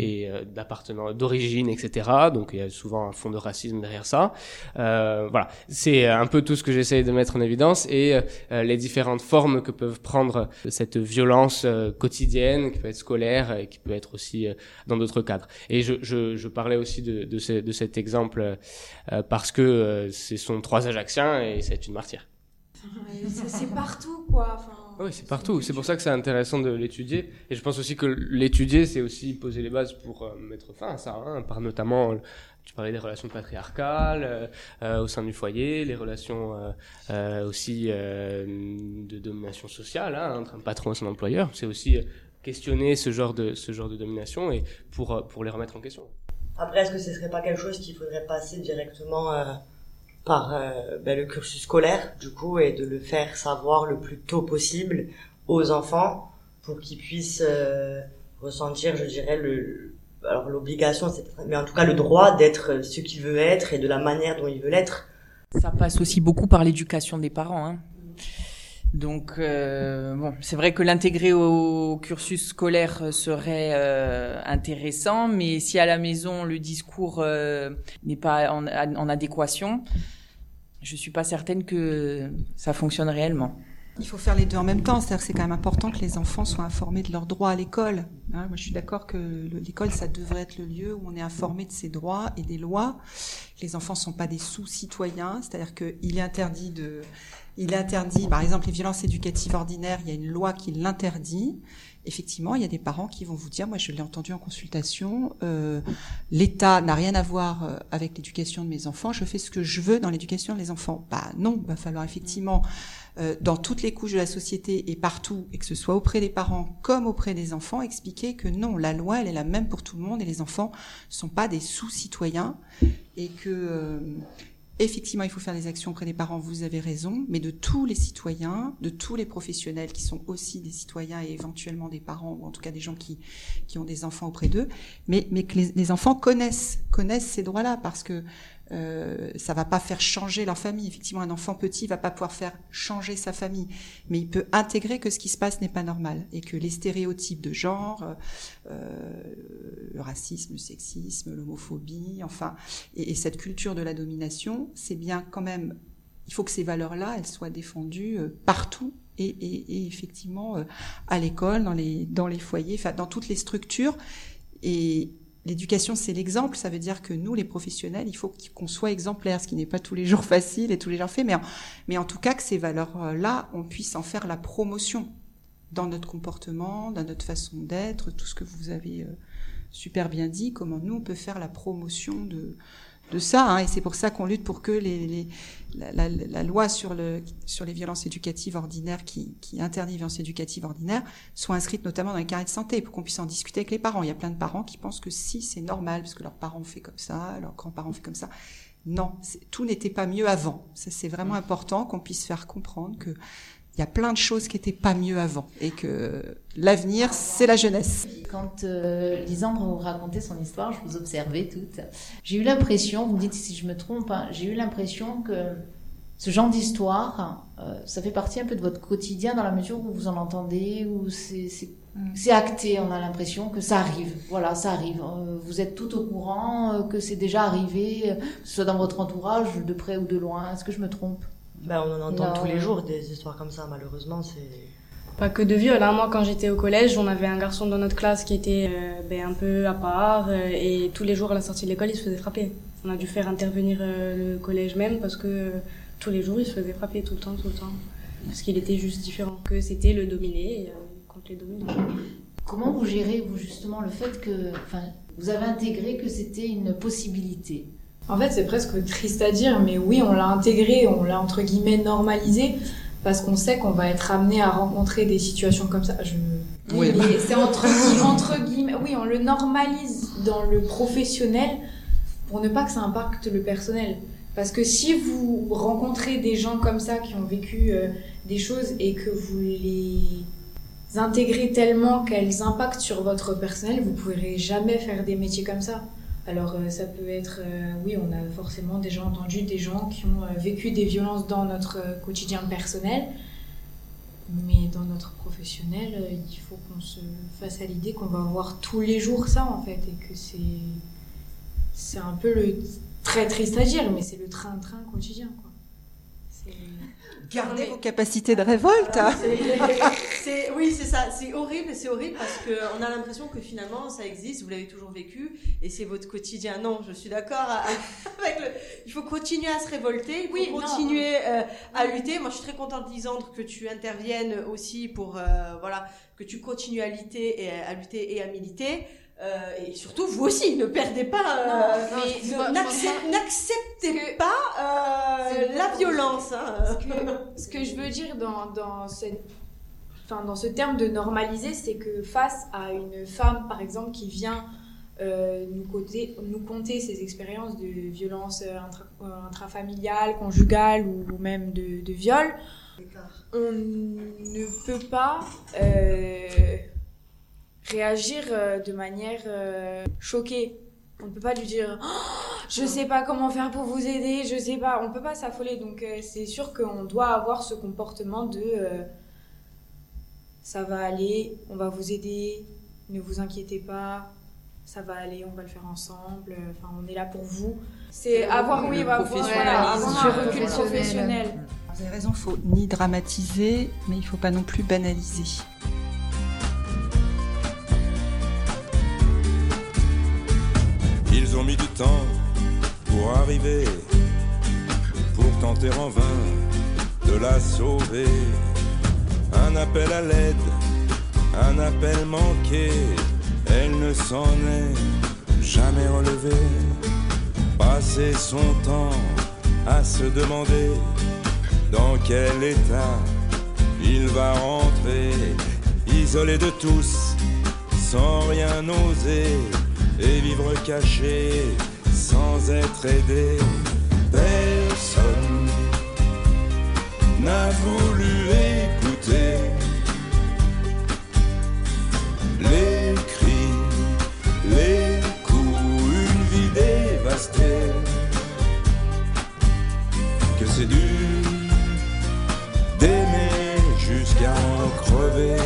d'origine, etc. Donc il y a souvent un fond de racisme derrière ça. Voilà, c'est un peu tout ce que j'essaye de mettre en évidence. Et les différentes formes que peuvent prendre cette violence quotidienne, qui peut être scolaire et qui peut être aussi dans d'autres cadres. Et je parlais aussi de cet exemple parce que ce sont 3 Ajacciens et c'est une martyre. C'est partout, quoi. Oui, c'est partout. C'est pour ça que c'est intéressant de l'étudier. Et je pense aussi que l'étudier, c'est aussi poser les bases pour mettre fin à ça, hein, par notamment... Tu parlais des relations patriarcales au sein du foyer, les relations aussi de domination sociale, hein, entre un patron et son employeur. C'est aussi questionner ce genre de domination et pour les remettre en question. Après, est-ce que ce serait pas quelque chose qu'il faudrait passer directement par le cursus scolaire, du coup, et de le faire savoir le plus tôt possible aux enfants pour qu'ils puissent ressentir, je dirais, l'obligation, mais en tout cas le droit d'être ce qu'il veut être et de la manière dont il veut l'être. Ça passe aussi beaucoup par l'éducation des parents, hein. Donc c'est vrai que l'intégrer au cursus scolaire serait intéressant, mais si à la maison le discours n'est pas en adéquation, je suis pas certaine que ça fonctionne réellement. Il faut faire les deux en même temps, c'est-à-dire que c'est quand même important que les enfants soient informés de leurs droits à l'école. Moi, je suis d'accord que l'école, ça devrait être le lieu où on est informé de ses droits et des lois. Les enfants sont pas des sous-citoyens, c'est-à-dire qu'il est interdit par exemple, les violences éducatives ordinaires, il y a une loi qui l'interdit. Effectivement, il y a des parents qui vont vous dire, moi je l'ai entendu en consultation, l'État n'a rien à voir avec l'éducation de mes enfants, je fais ce que je veux dans l'éducation de mes enfants. Bah non, il va falloir effectivement, dans toutes les couches de la société et partout, et que ce soit auprès des parents comme auprès des enfants, expliquer que non, la loi elle est la même pour tout le monde et les enfants sont pas des sous-citoyens et que... Effectivement, il faut faire des actions auprès des parents, vous avez raison, mais de tous les citoyens, de tous les professionnels qui sont aussi des citoyens et éventuellement des parents, ou en tout cas des gens qui ont des enfants auprès d'eux, mais que les enfants connaissent ces droits-là, parce que ça va pas faire changer leur famille. Effectivement, un enfant petit va pas pouvoir faire changer sa famille, mais il peut intégrer que ce qui se passe n'est pas normal, et que les stéréotypes de genre, le racisme, le sexisme, l'homophobie, enfin, et cette culture de la domination, c'est bien quand même, il faut que ces valeurs-là, elles soient défendues partout, et effectivement à l'école, dans les foyers, enfin dans toutes les structures. Et l'éducation, c'est l'exemple. Ça veut dire que nous, les professionnels, il faut qu'on soit exemplaires, ce qui n'est pas tous les jours facile et tous les jours fait, mais en tout cas que ces valeurs-là, on puisse en faire la promotion dans notre comportement, dans notre façon d'être, tout ce que vous avez super bien dit, comment nous, on peut faire la promotion ça, hein, et c'est pour ça qu'on lutte pour que la loi sur les violences éducatives ordinaires qui interdit les violences éducatives ordinaires soit inscrite notamment dans les carnets de santé pour qu'on puisse en discuter avec les parents. Il y a plein de parents qui pensent que si, c'est normal parce que leurs parents ont fait comme ça, leurs grands-parents ont fait comme ça. Non, tout n'était pas mieux avant. Ça, c'est vraiment important qu'on puisse faire comprendre que il y a plein de choses qui n'étaient pas mieux avant et que l'avenir, c'est la jeunesse. Quand Lisandre vous racontait son histoire, je vous observais toutes. J'ai eu l'impression, vous me dites si je me trompe, hein, j'ai eu l'impression que ce genre d'histoire, ça fait partie un peu de votre quotidien dans la mesure où vous en entendez, où c'est acté, on a l'impression que ça arrive. Voilà, ça arrive. Vous êtes tout au courant que c'est déjà arrivé, que ce soit dans votre entourage, de près ou de loin. Est-ce que je me trompe ? Ben, on en entend tous les jours des histoires comme ça, malheureusement. Pas que de viol, hein. Moi, quand j'étais au collège, on avait un garçon dans notre classe qui était un peu à part et tous les jours à la sortie de l'école, il se faisait frapper. On a dû faire intervenir le collège même parce que tous les jours, il se faisait frapper tout le temps. Parce qu'il était juste différent, que c'était le dominé contre les dominants. Comment vous gérez, vous, justement, le fait que vous avez intégré que c'était une possibilité ? En fait, c'est presque triste à dire, mais oui, on l'a intégré, on l'a entre guillemets normalisé, parce qu'on sait qu'on va être amené à rencontrer des situations comme ça. Oui, mais c'est entre guillemets, oui, on le normalise dans le professionnel pour ne pas que ça impacte le personnel. Parce que si vous rencontrez des gens comme ça qui ont vécu des choses et que vous les intégrez tellement qu'elles impactent sur votre personnel, vous ne pourrez jamais faire des métiers comme ça. Alors ça peut être, oui, on a forcément déjà entendu des gens qui ont vécu des violences dans notre quotidien personnel, mais dans notre professionnel, il faut qu'on se fasse à l'idée qu'on va voir tous les jours ça en fait, et que c'est un peu très triste à dire, mais c'est le train-train quotidien, quoi. Gardez vos capacités de révolte. Oui, c'est ça. C'est horrible parce qu'on a l'impression que finalement ça existe, vous l'avez toujours vécu et c'est votre quotidien. Non, je suis d'accord avec il faut continuer à se révolter, il faut continuer à lutter. Moi, je suis très contente, Lisandre, que tu interviennes aussi pour que tu continues à lutter et à militer. Et surtout, vous aussi, ne perdez pas, n'acceptez pas la violence. Hein. Ce que je veux dire dans ce terme de normaliser, c'est que face à une femme, par exemple, qui vient nous conter ses expériences de violence intrafamiliale, conjugale ou même de viol, on ne peut pas réagir de manière choquée. On ne peut pas lui dire je sais pas comment faire pour vous aider, je sais pas. On peut pas s'affoler. Donc c'est sûr qu'on doit avoir ce comportement de ça va aller, on va vous aider, ne vous inquiétez pas, ça va aller, on va le faire ensemble. Enfin, on est là pour vous. C'est avoir un recul professionnel. Vous avez raison, il faut ni dramatiser, mais il faut pas non plus banaliser. Ils ont mis du temps pour arriver, pour tenter en vain de la sauver. Un appel à l'aide, un appel manqué, elle ne s'en est jamais relevée. Passer son temps à se demander dans quel état il va rentrer, isolé de tous, sans rien oser, et vivre caché sans être aidé. Personne n'a voulu écouter les cris, les coups, une vie dévastée. Que c'est dur d'aimer jusqu'à en crever.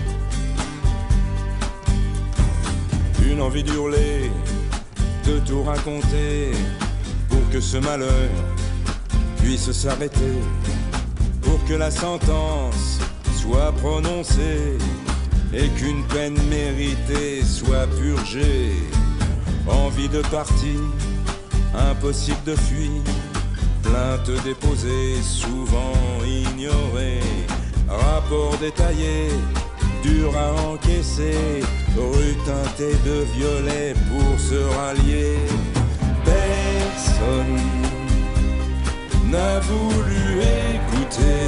Une envie d'hurler, de tout raconter, pour que ce malheur puisse s'arrêter, pour que la sentence soit prononcée et qu'une peine méritée soit purgée. Envie de partir, impossible de fuir, plainte déposée, souvent ignorée, rapport détaillé, dur à encaisser, rue teintée de violet pour se rallier. Personne personne n'a voulu écouter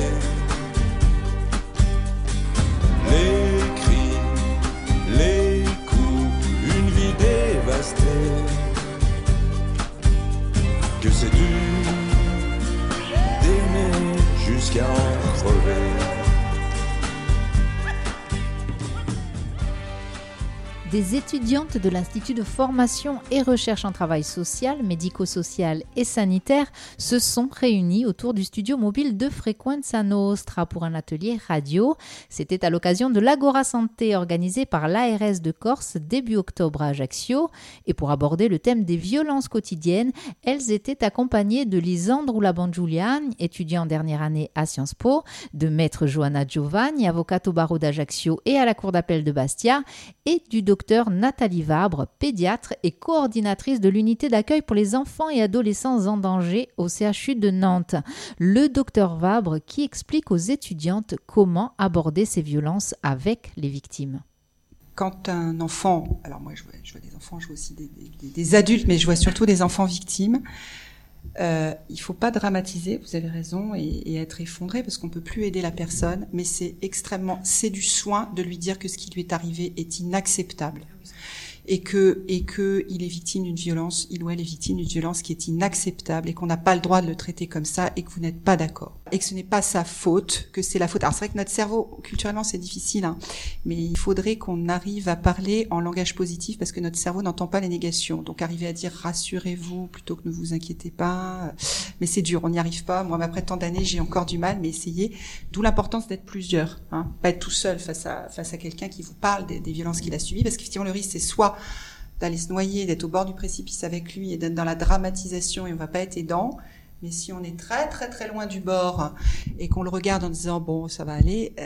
les cris, les coups, une vie dévastée. Que c'est dur d'aimer jusqu'à en crever. Des étudiantes de l'Institut de formation et recherche en travail social, médico-social et sanitaire se sont réunies autour du studio mobile de Frequenza Nostra pour un atelier radio. C'était à l'occasion de l'Agora Santé organisée par l'ARS de Corse début octobre à Ajaccio. Et pour aborder le thème des violences quotidiennes, elles étaient accompagnées de Lisandro Labongiuliani, étudiant en dernière année à Sciences Po, de Maître Johanna Giovanni, avocate au barreau d'Ajaccio et à la cour d'appel de Bastia, et du docteur Nathalie Vabre, pédiatre et coordinatrice de l'unité d'accueil pour les enfants et adolescents en danger au CHU de Nantes. Le docteur Vabre qui explique aux étudiantes comment aborder ces violences avec les victimes. Quand un enfant, alors moi je vois des enfants, je vois aussi des adultes, mais je vois surtout des enfants victimes, il ne faut pas dramatiser, vous avez raison, et être effondré parce qu'on ne peut plus aider la personne, mais c'est du soin de lui dire que ce qui lui est arrivé est inacceptable. Et que il est victime d'une violence, il ou elle est victime d'une violence qui est inacceptable et qu'on n'a pas le droit de le traiter comme ça et que vous n'êtes pas d'accord. Et que ce n'est pas sa faute, que c'est la faute. Alors c'est vrai que notre cerveau, culturellement, c'est difficile, hein, mais il faudrait qu'on arrive à parler en langage positif parce que notre cerveau n'entend pas les négations. Donc arriver à dire rassurez-vous plutôt que ne vous inquiétez pas. Mais c'est dur, on n'y arrive pas. Moi, après tant d'années, j'ai encore du mal, mais essayez. D'où l'importance d'être plusieurs, hein, pas être tout seul face à quelqu'un qui vous parle des violences qu'il a subies, parce qu'effectivement le risque c'est soit d'aller se noyer, d'être au bord du précipice avec lui et d'être dans la dramatisation et on va pas être aidant. Mais si on est très très très loin du bord et qu'on le regarde en disant bon ça va aller,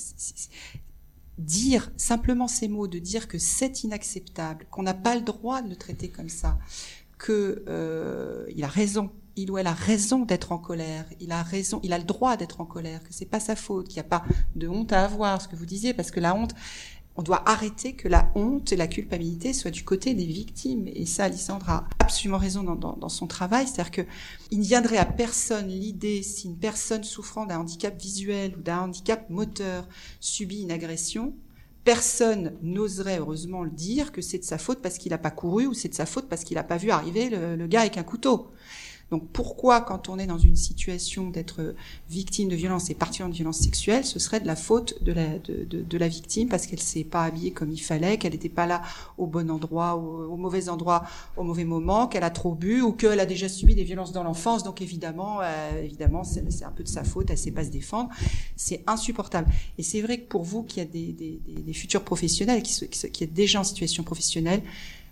dire simplement ces mots, de dire que c'est inacceptable, qu'on n'a pas le droit de le traiter comme ça, que il a raison, il ou elle a raison d'être en colère, il a le droit d'être en colère, que c'est pas sa faute, qu'il n'y a pas de honte à avoir, ce que vous disiez, parce que la honte, on doit arrêter que la honte et la culpabilité soient du côté des victimes. Et ça, Alissandre a absolument raison dans son travail. C'est-à-dire que il ne viendrait à personne l'idée, si une personne souffrant d'un handicap visuel ou d'un handicap moteur subit une agression, personne n'oserait heureusement le dire que c'est de sa faute parce qu'il n'a pas couru ou c'est de sa faute parce qu'il n'a pas vu arriver le gars avec un couteau. Donc pourquoi, quand on est dans une situation d'être victime de violence et particulièrement de violence sexuelle, ce serait de la faute de la victime parce qu'elle s'est pas habillée comme il fallait, qu'elle n'était pas là au bon endroit, au mauvais endroit, au mauvais moment, qu'elle a trop bu ou qu'elle a déjà subi des violences dans l'enfance. Donc évidemment, c'est un peu de sa faute, elle sait pas se défendre. C'est insupportable. Et c'est vrai que pour vous qui êtes des futurs professionnels, qui êtes déjà en situation professionnelle,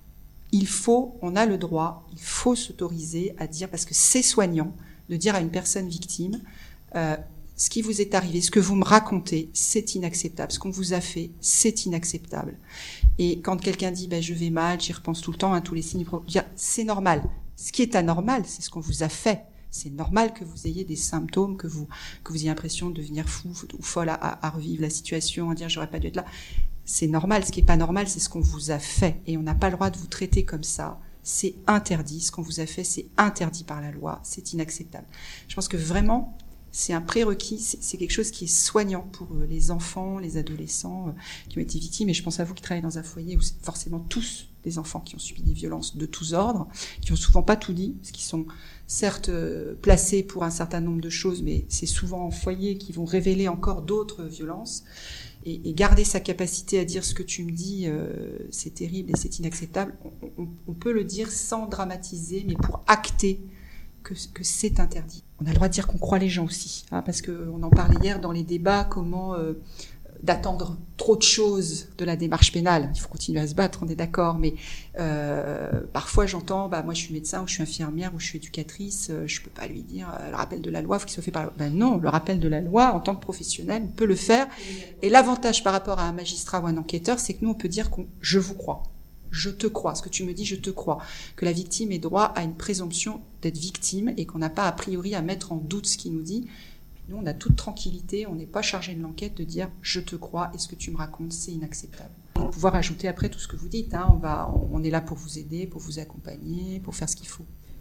on a le droit, il faut s'autoriser à dire, parce que c'est soignant, de dire à une personne victime, ce qui vous est arrivé, ce que vous me racontez, c'est inacceptable. Ce qu'on vous a fait, c'est inacceptable. Et quand quelqu'un dit, je vais mal, j'y repense tout le temps, tous les signes, c'est normal. Ce qui est anormal, c'est ce qu'on vous a fait. C'est normal que vous ayez des symptômes, que vous ayez l'impression de devenir fou ou folle à revivre la situation, à dire, j'aurais pas dû être là. C'est normal. Ce qui est pas normal, c'est ce qu'on vous a fait. Et on n'a pas le droit de vous traiter comme ça. C'est interdit. Ce qu'on vous a fait, c'est interdit par la loi. C'est inacceptable. Je pense que vraiment, c'est un prérequis. C'est quelque chose qui est soignant pour les enfants, les adolescents qui ont été victimes. Et je pense à vous qui travaillez dans un foyer où c'est forcément tous des enfants qui ont subi des violences de tous ordres, qui ont souvent pas tout dit, parce qu'ils sont certes placés pour un certain nombre de choses, mais c'est souvent en foyer qui vont révéler encore d'autres violences. Et garder sa capacité à dire ce que tu me dis, c'est terrible et c'est inacceptable, on peut le dire sans dramatiser, mais pour acter que c'est interdit. On a le droit de dire qu'on croit les gens aussi, hein, parce qu'on en parlait hier dans les débats, comment d'attendre trop de choses de la démarche pénale. Il faut continuer à se battre, on est d'accord, mais parfois j'entends, moi je suis médecin ou je suis infirmière ou je suis éducatrice, je peux pas lui dire le rappel de la loi, faut qu'il soit fait par la loi. Non, le rappel de la loi, en tant que professionnel, on peut le faire. Et l'avantage par rapport à un magistrat ou un enquêteur, c'est que nous on peut dire je vous crois. Je te crois. Ce que tu me dis, je te crois. Que la victime ait droit à une présomption d'être victime et qu'on n'a pas a priori à mettre en doute ce qu'il nous dit. Nous, on a toute tranquillité, on n'est pas chargé de l'enquête de dire « je te crois et ce que tu me racontes, c'est inacceptable ». On va pouvoir ajouter après tout ce que vous dites, hein, on est là pour vous aider, pour vous accompagner, pour faire ce qu'il faut.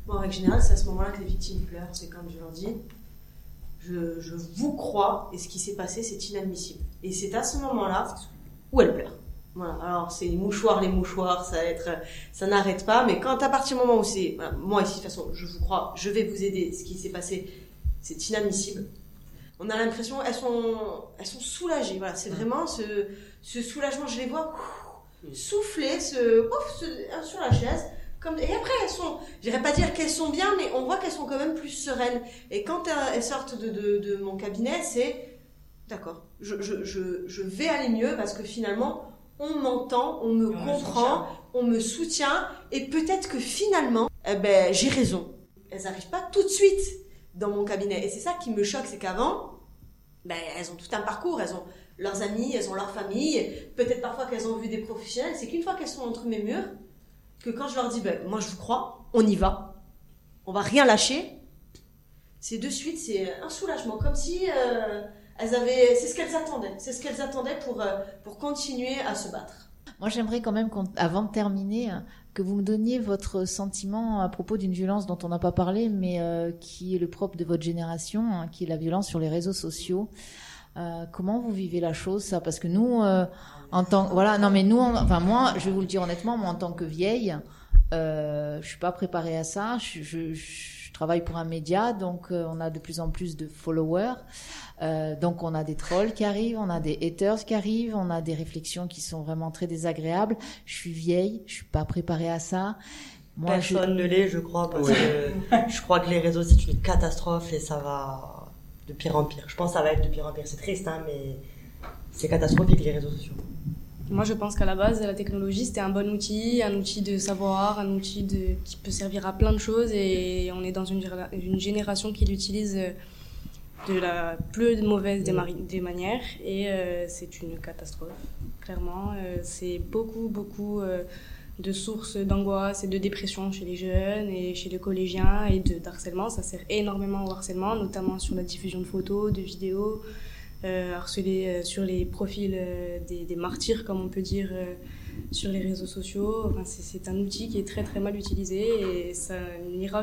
Moi, en règle générale, c'est à ce moment-là que les victimes pleurent. C'est comme je leur dis, je vous crois, et ce qui s'est passé, c'est inadmissible. Et c'est à ce moment-là où elles pleurent. Voilà. Alors, c'est les mouchoirs, ça n'arrête pas, mais quand à partir du moment où c'est, voilà, moi ici, de toute façon, je vous crois, je vais vous aider, ce qui s'est passé, c'est inadmissible. On a l'impression, elles sont soulagées, voilà, c'est vraiment ce soulagement, je les vois souffler, sur la chaise, et après elles sont, j'irais pas dire qu'elles sont bien, mais on voit qu'elles sont quand même plus sereines. Et quand elles sortent de mon cabinet, c'est, d'accord, je vais aller mieux parce que finalement, on m'entend, on me comprend, on me soutient, et peut-être que finalement, j'ai raison. Elles n'arrivent pas tout de suite dans mon cabinet. Et c'est ça qui me choque, c'est qu'avant, elles ont tout un parcours, elles ont leurs amis, elles ont leur famille, peut-être parfois qu'elles ont vu des professionnels. C'est qu'une fois qu'elles sont entre mes murs, que quand je leur dis, moi je vous crois, on y va, on va rien lâcher, c'est de suite, c'est un soulagement, comme si c'est ce qu'elles attendaient pour continuer à se battre. Moi, j'aimerais quand même, avant de terminer, que vous me donniez votre sentiment à propos d'une violence dont on n'a pas parlé, mais qui est le propre de votre génération, qui est la violence sur les réseaux sociaux. Comment vous vivez la chose, ça? Parce que nous, moi, je vais vous le dire honnêtement, moi, en tant que vieille, je suis pas préparée à ça. Je travaille pour un média, donc on a de plus en plus de followers. Donc on a des trolls qui arrivent, on a des haters qui arrivent, on a des réflexions qui sont vraiment très désagréables. Je suis vieille, je suis pas préparée à ça. Moi, personne ne l'est, je crois, parce que je crois que les réseaux, c'est une catastrophe et ça va de pire en pire. Je pense que ça va être de pire en pire. C'est triste, hein, mais c'est catastrophique, les réseaux sociaux. Moi, je pense qu'à la base, la technologie, c'était un bon outil, un outil de savoir, un outil qui peut servir à plein de choses, et on est dans une génération qui l'utilise de la plus mauvaise des manières, et c'est une catastrophe, clairement. C'est beaucoup de sources d'angoisse et de dépression chez les jeunes et chez les collégiens, et d'harcèlement. Ça sert énormément au harcèlement, notamment sur la diffusion de photos, de vidéos, harceler sur les profils des martyrs, comme on peut dire, sur les réseaux sociaux. Enfin, c'est un outil qui est très très mal utilisé, et ça n'ira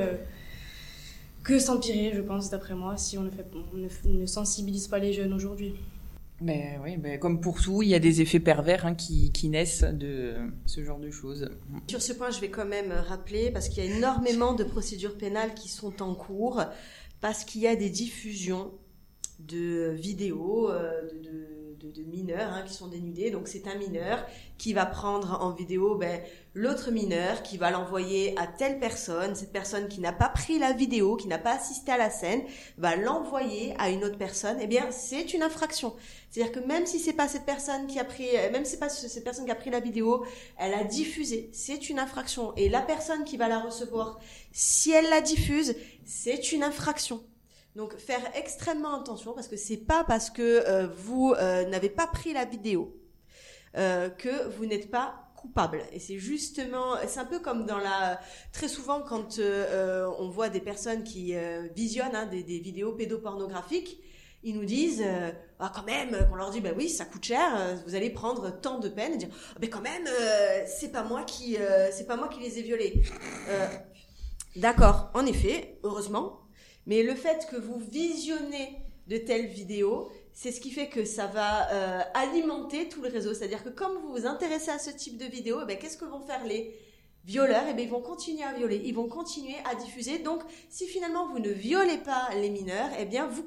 que s'empirer, je pense, d'après moi, si on ne sensibilise pas les jeunes aujourd'hui. Mais oui, comme pour tout, il y a des effets pervers qui naissent de ce genre de choses. Sur ce point, je vais quand même rappeler, parce qu'il y a énormément de procédures pénales qui sont en cours, parce qu'il y a des diffusions de vidéos de mineurs qui sont dénudés. Donc c'est un mineur qui va prendre en vidéo l'autre mineur, qui va l'envoyer à telle personne. Cette personne qui n'a pas pris la vidéo, qui n'a pas assisté à la scène, va l'envoyer à une autre personne. Eh bien, c'est une infraction. C'est-à-dire que même si c'est pas cette personne qui a pris, la vidéo, elle a diffusé, c'est une infraction. Et la personne qui va la recevoir, si elle la diffuse, c'est une infraction. Donc faire extrêmement attention, parce que c'est pas parce que vous n'avez pas pris la vidéo que vous n'êtes pas coupable. Et c'est justement, c'est un peu comme très souvent quand on voit des personnes qui visionnent des vidéos pédopornographiques, ils nous disent quand même, on leur dit oui, ça coûte cher, vous allez prendre tant de peine, et dire quand même c'est pas moi qui les ai violés. D'accord, en effet, heureusement. Mais le fait que vous visionnez de telles vidéos, c'est ce qui fait que ça va alimenter tout le réseau. C'est-à-dire que comme vous vous intéressez à ce type de vidéos, qu'est-ce que vont faire les violeurs? Ils vont continuer à violer, ils vont continuer à diffuser. Donc, si finalement vous ne violez pas les mineurs, vous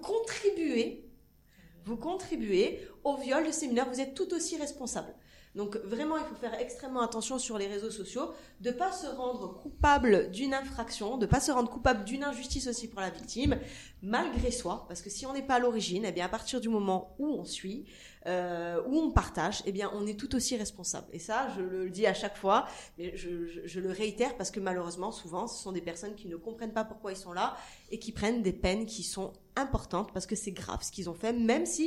contribuez au viol de ces mineurs. Vous êtes tout aussi responsable. Donc vraiment, il faut faire extrêmement attention sur les réseaux sociaux, de ne pas se rendre coupable d'une infraction, de ne pas se rendre coupable d'une injustice aussi pour la victime, malgré soi, parce que si on n'est pas à l'origine, à partir du moment où on suit, où on partage, on est tout aussi responsable. Et ça, je le dis à chaque fois, mais je le réitère, parce que malheureusement, souvent, ce sont des personnes qui ne comprennent pas pourquoi ils sont là, et qui prennent des peines qui sont importantes, parce que c'est grave ce qu'ils ont fait, même si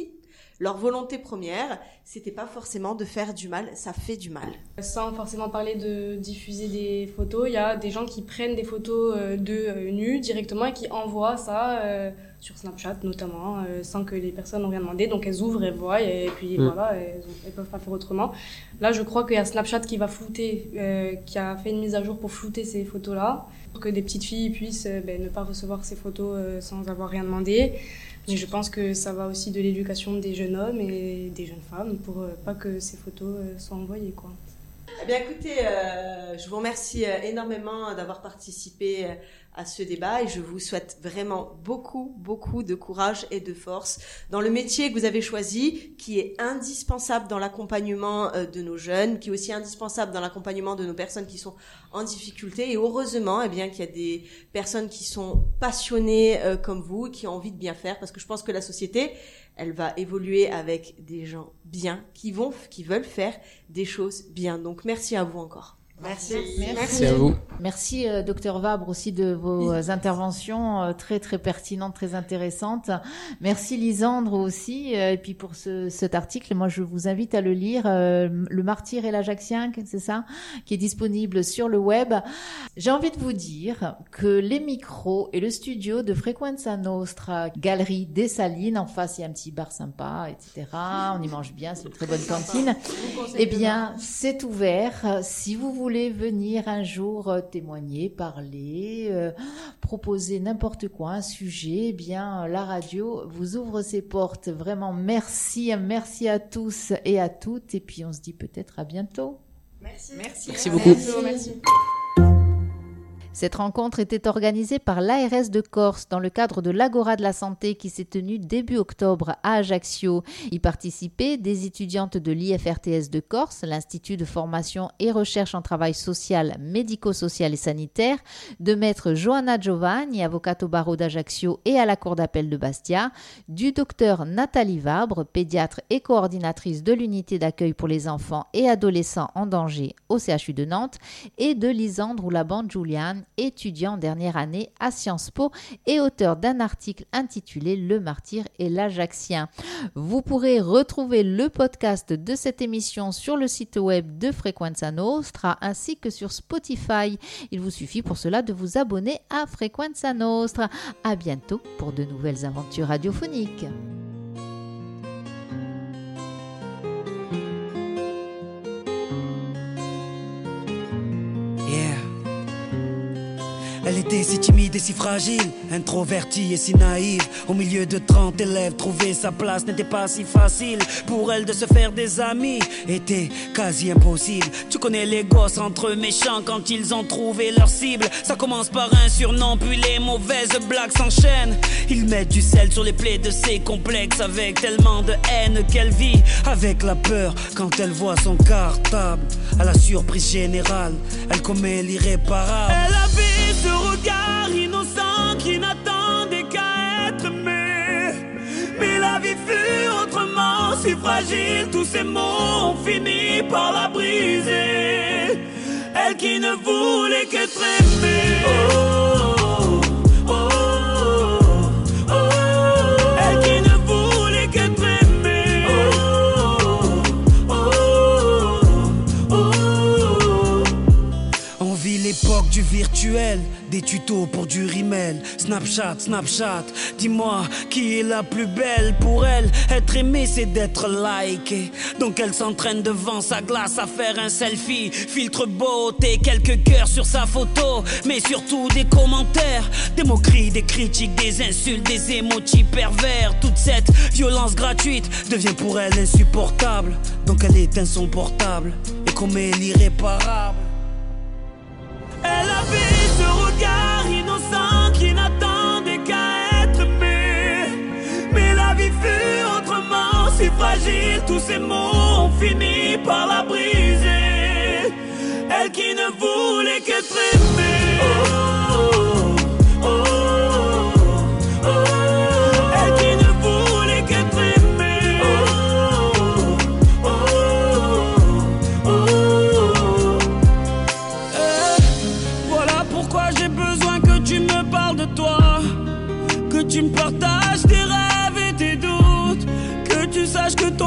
Leur volonté première, c'était pas forcément de faire du mal, ça fait du mal. Sans forcément parler de diffuser des photos, il y a des gens qui prennent des photos d'eux nus directement et qui envoient ça sur Snapchat notamment, sans que les personnes n'ont rien demandé. Donc elles ouvrent, elles voient et puis voilà, elles peuvent pas faire autrement. Là, je crois qu'il y a Snapchat qui va flouter, qui a fait une mise à jour pour flouter ces photos-là, pour que des petites filles puissent ne pas recevoir ces photos sans avoir rien demandé. Mais je pense que ça va aussi de l'éducation des jeunes hommes et des jeunes femmes pour pas que ces photos soient envoyées, quoi. Eh bien, écoutez, je vous remercie énormément d'avoir participé à ce débat et je vous souhaite vraiment beaucoup de courage et de force dans le métier que vous avez choisi, qui est indispensable dans l'accompagnement de nos jeunes, qui est aussi indispensable dans l'accompagnement de nos personnes qui sont en difficulté. Et heureusement, eh bien, qu'il y a des personnes qui sont passionnées comme vous, qui ont envie de bien faire, parce que je pense que la société, elle va évoluer avec des gens bien, qui veulent faire des choses bien. Donc, merci à vous encore. Merci à vous. Merci Dr Vabre aussi de vos interventions très pertinentes, très intéressantes. Merci Lisandre aussi. Et puis pour cet article, moi je vous invite à le lire, Le Martyr et l'Ajaxien, c'est ça, qui est disponible sur le web. J'ai envie de vous dire que les micros et le studio de Frequenza Nostra, Galerie des Salines, en face il y a un petit bar sympa, etc. On y mange bien, c'est une très bonne cantine. Eh bien, c'est ouvert. Si vous voulez venir un jour témoigner, parler, proposer n'importe quoi, un sujet, eh bien la radio vous ouvre ses portes. Vraiment, merci à tous et à toutes. Et puis on se dit peut-être à bientôt. Merci beaucoup. Merci. Cette rencontre était organisée par l'ARS de Corse dans le cadre de l'Agora de la Santé qui s'est tenue début octobre à Ajaccio. Y participaient des étudiantes de l'IFRTS de Corse, l'Institut de formation et recherche en travail social, médico-social et sanitaire, de maître Johanna Giovanni, avocate au barreau d'Ajaccio et à la cour d'appel de Bastia, du docteur Nathalie Vabre, pédiatre et coordinatrice de l'unité d'accueil pour les enfants et adolescents en danger au CHU de Nantes, et de Lisandre Oulabande-Julian, étudiant en dernière année à Sciences Po et auteur d'un article intitulé Le Martyr et l'Ajaxien. Vous pourrez retrouver le podcast de cette émission sur le site web de Frequenza Nostra ainsi que sur Spotify. Il vous suffit pour cela de vous abonner à Frequenza Nostra. À bientôt pour de nouvelles aventures radiophoniques. Elle était si timide et si fragile, introvertie et si naïve. Au milieu de 30 élèves, trouver sa place n'était pas si facile. Pour elle de se faire des amis était quasi impossible. Tu connais les gosses entre eux méchants quand ils ont trouvé leur cible. Ça commence par un surnom, puis les mauvaises blagues s'enchaînent. Ils mettent du sel sur les plaies de ses complexes avec tellement de haine qu'elle vit avec la peur quand elle voit son cartable. À la surprise générale, elle commet l'irréparable. Elle avait ce regard innocent qui n'attendait qu'à être aimé. Mais la vie fut autrement, si fragile, tous ces mots ont fini par la briser. Elle qui ne voulait qu'être aimée. Oh, oh, oh, oh, oh. Elle qui ne voulait qu'être aimée. Oh, oh, oh, oh. On vit l'époque du virtuel, des tutos pour du rimel. Snapchat, dis-moi qui est la plus belle pour elle. Être aimée c'est d'être likée. Donc elle s'entraîne devant sa glace à faire un selfie. Filtre beauté, quelques cœurs sur sa photo. Mais surtout des commentaires, des moqueries, des critiques, des insultes, des émojis pervers. Toute cette violence gratuite devient pour elle insupportable. Donc elle éteint son portable et commet l'irréparable. Elle avait ce regard innocent qui n'attendait qu'à être aimé. Mais la vie fut autrement, si fragile, tous ces mots ont fini par la briser. Elle qui ne voulait qu'être aimée. Oh, oh, oh, oh. Elle qui ne voulait qu'être aimée. Oh, oh, oh, oh. Voilà pourquoi j'ai besoin que tu me parles de toi, que tu me partages tes rêves et tes doutes, que tu saches sache que ton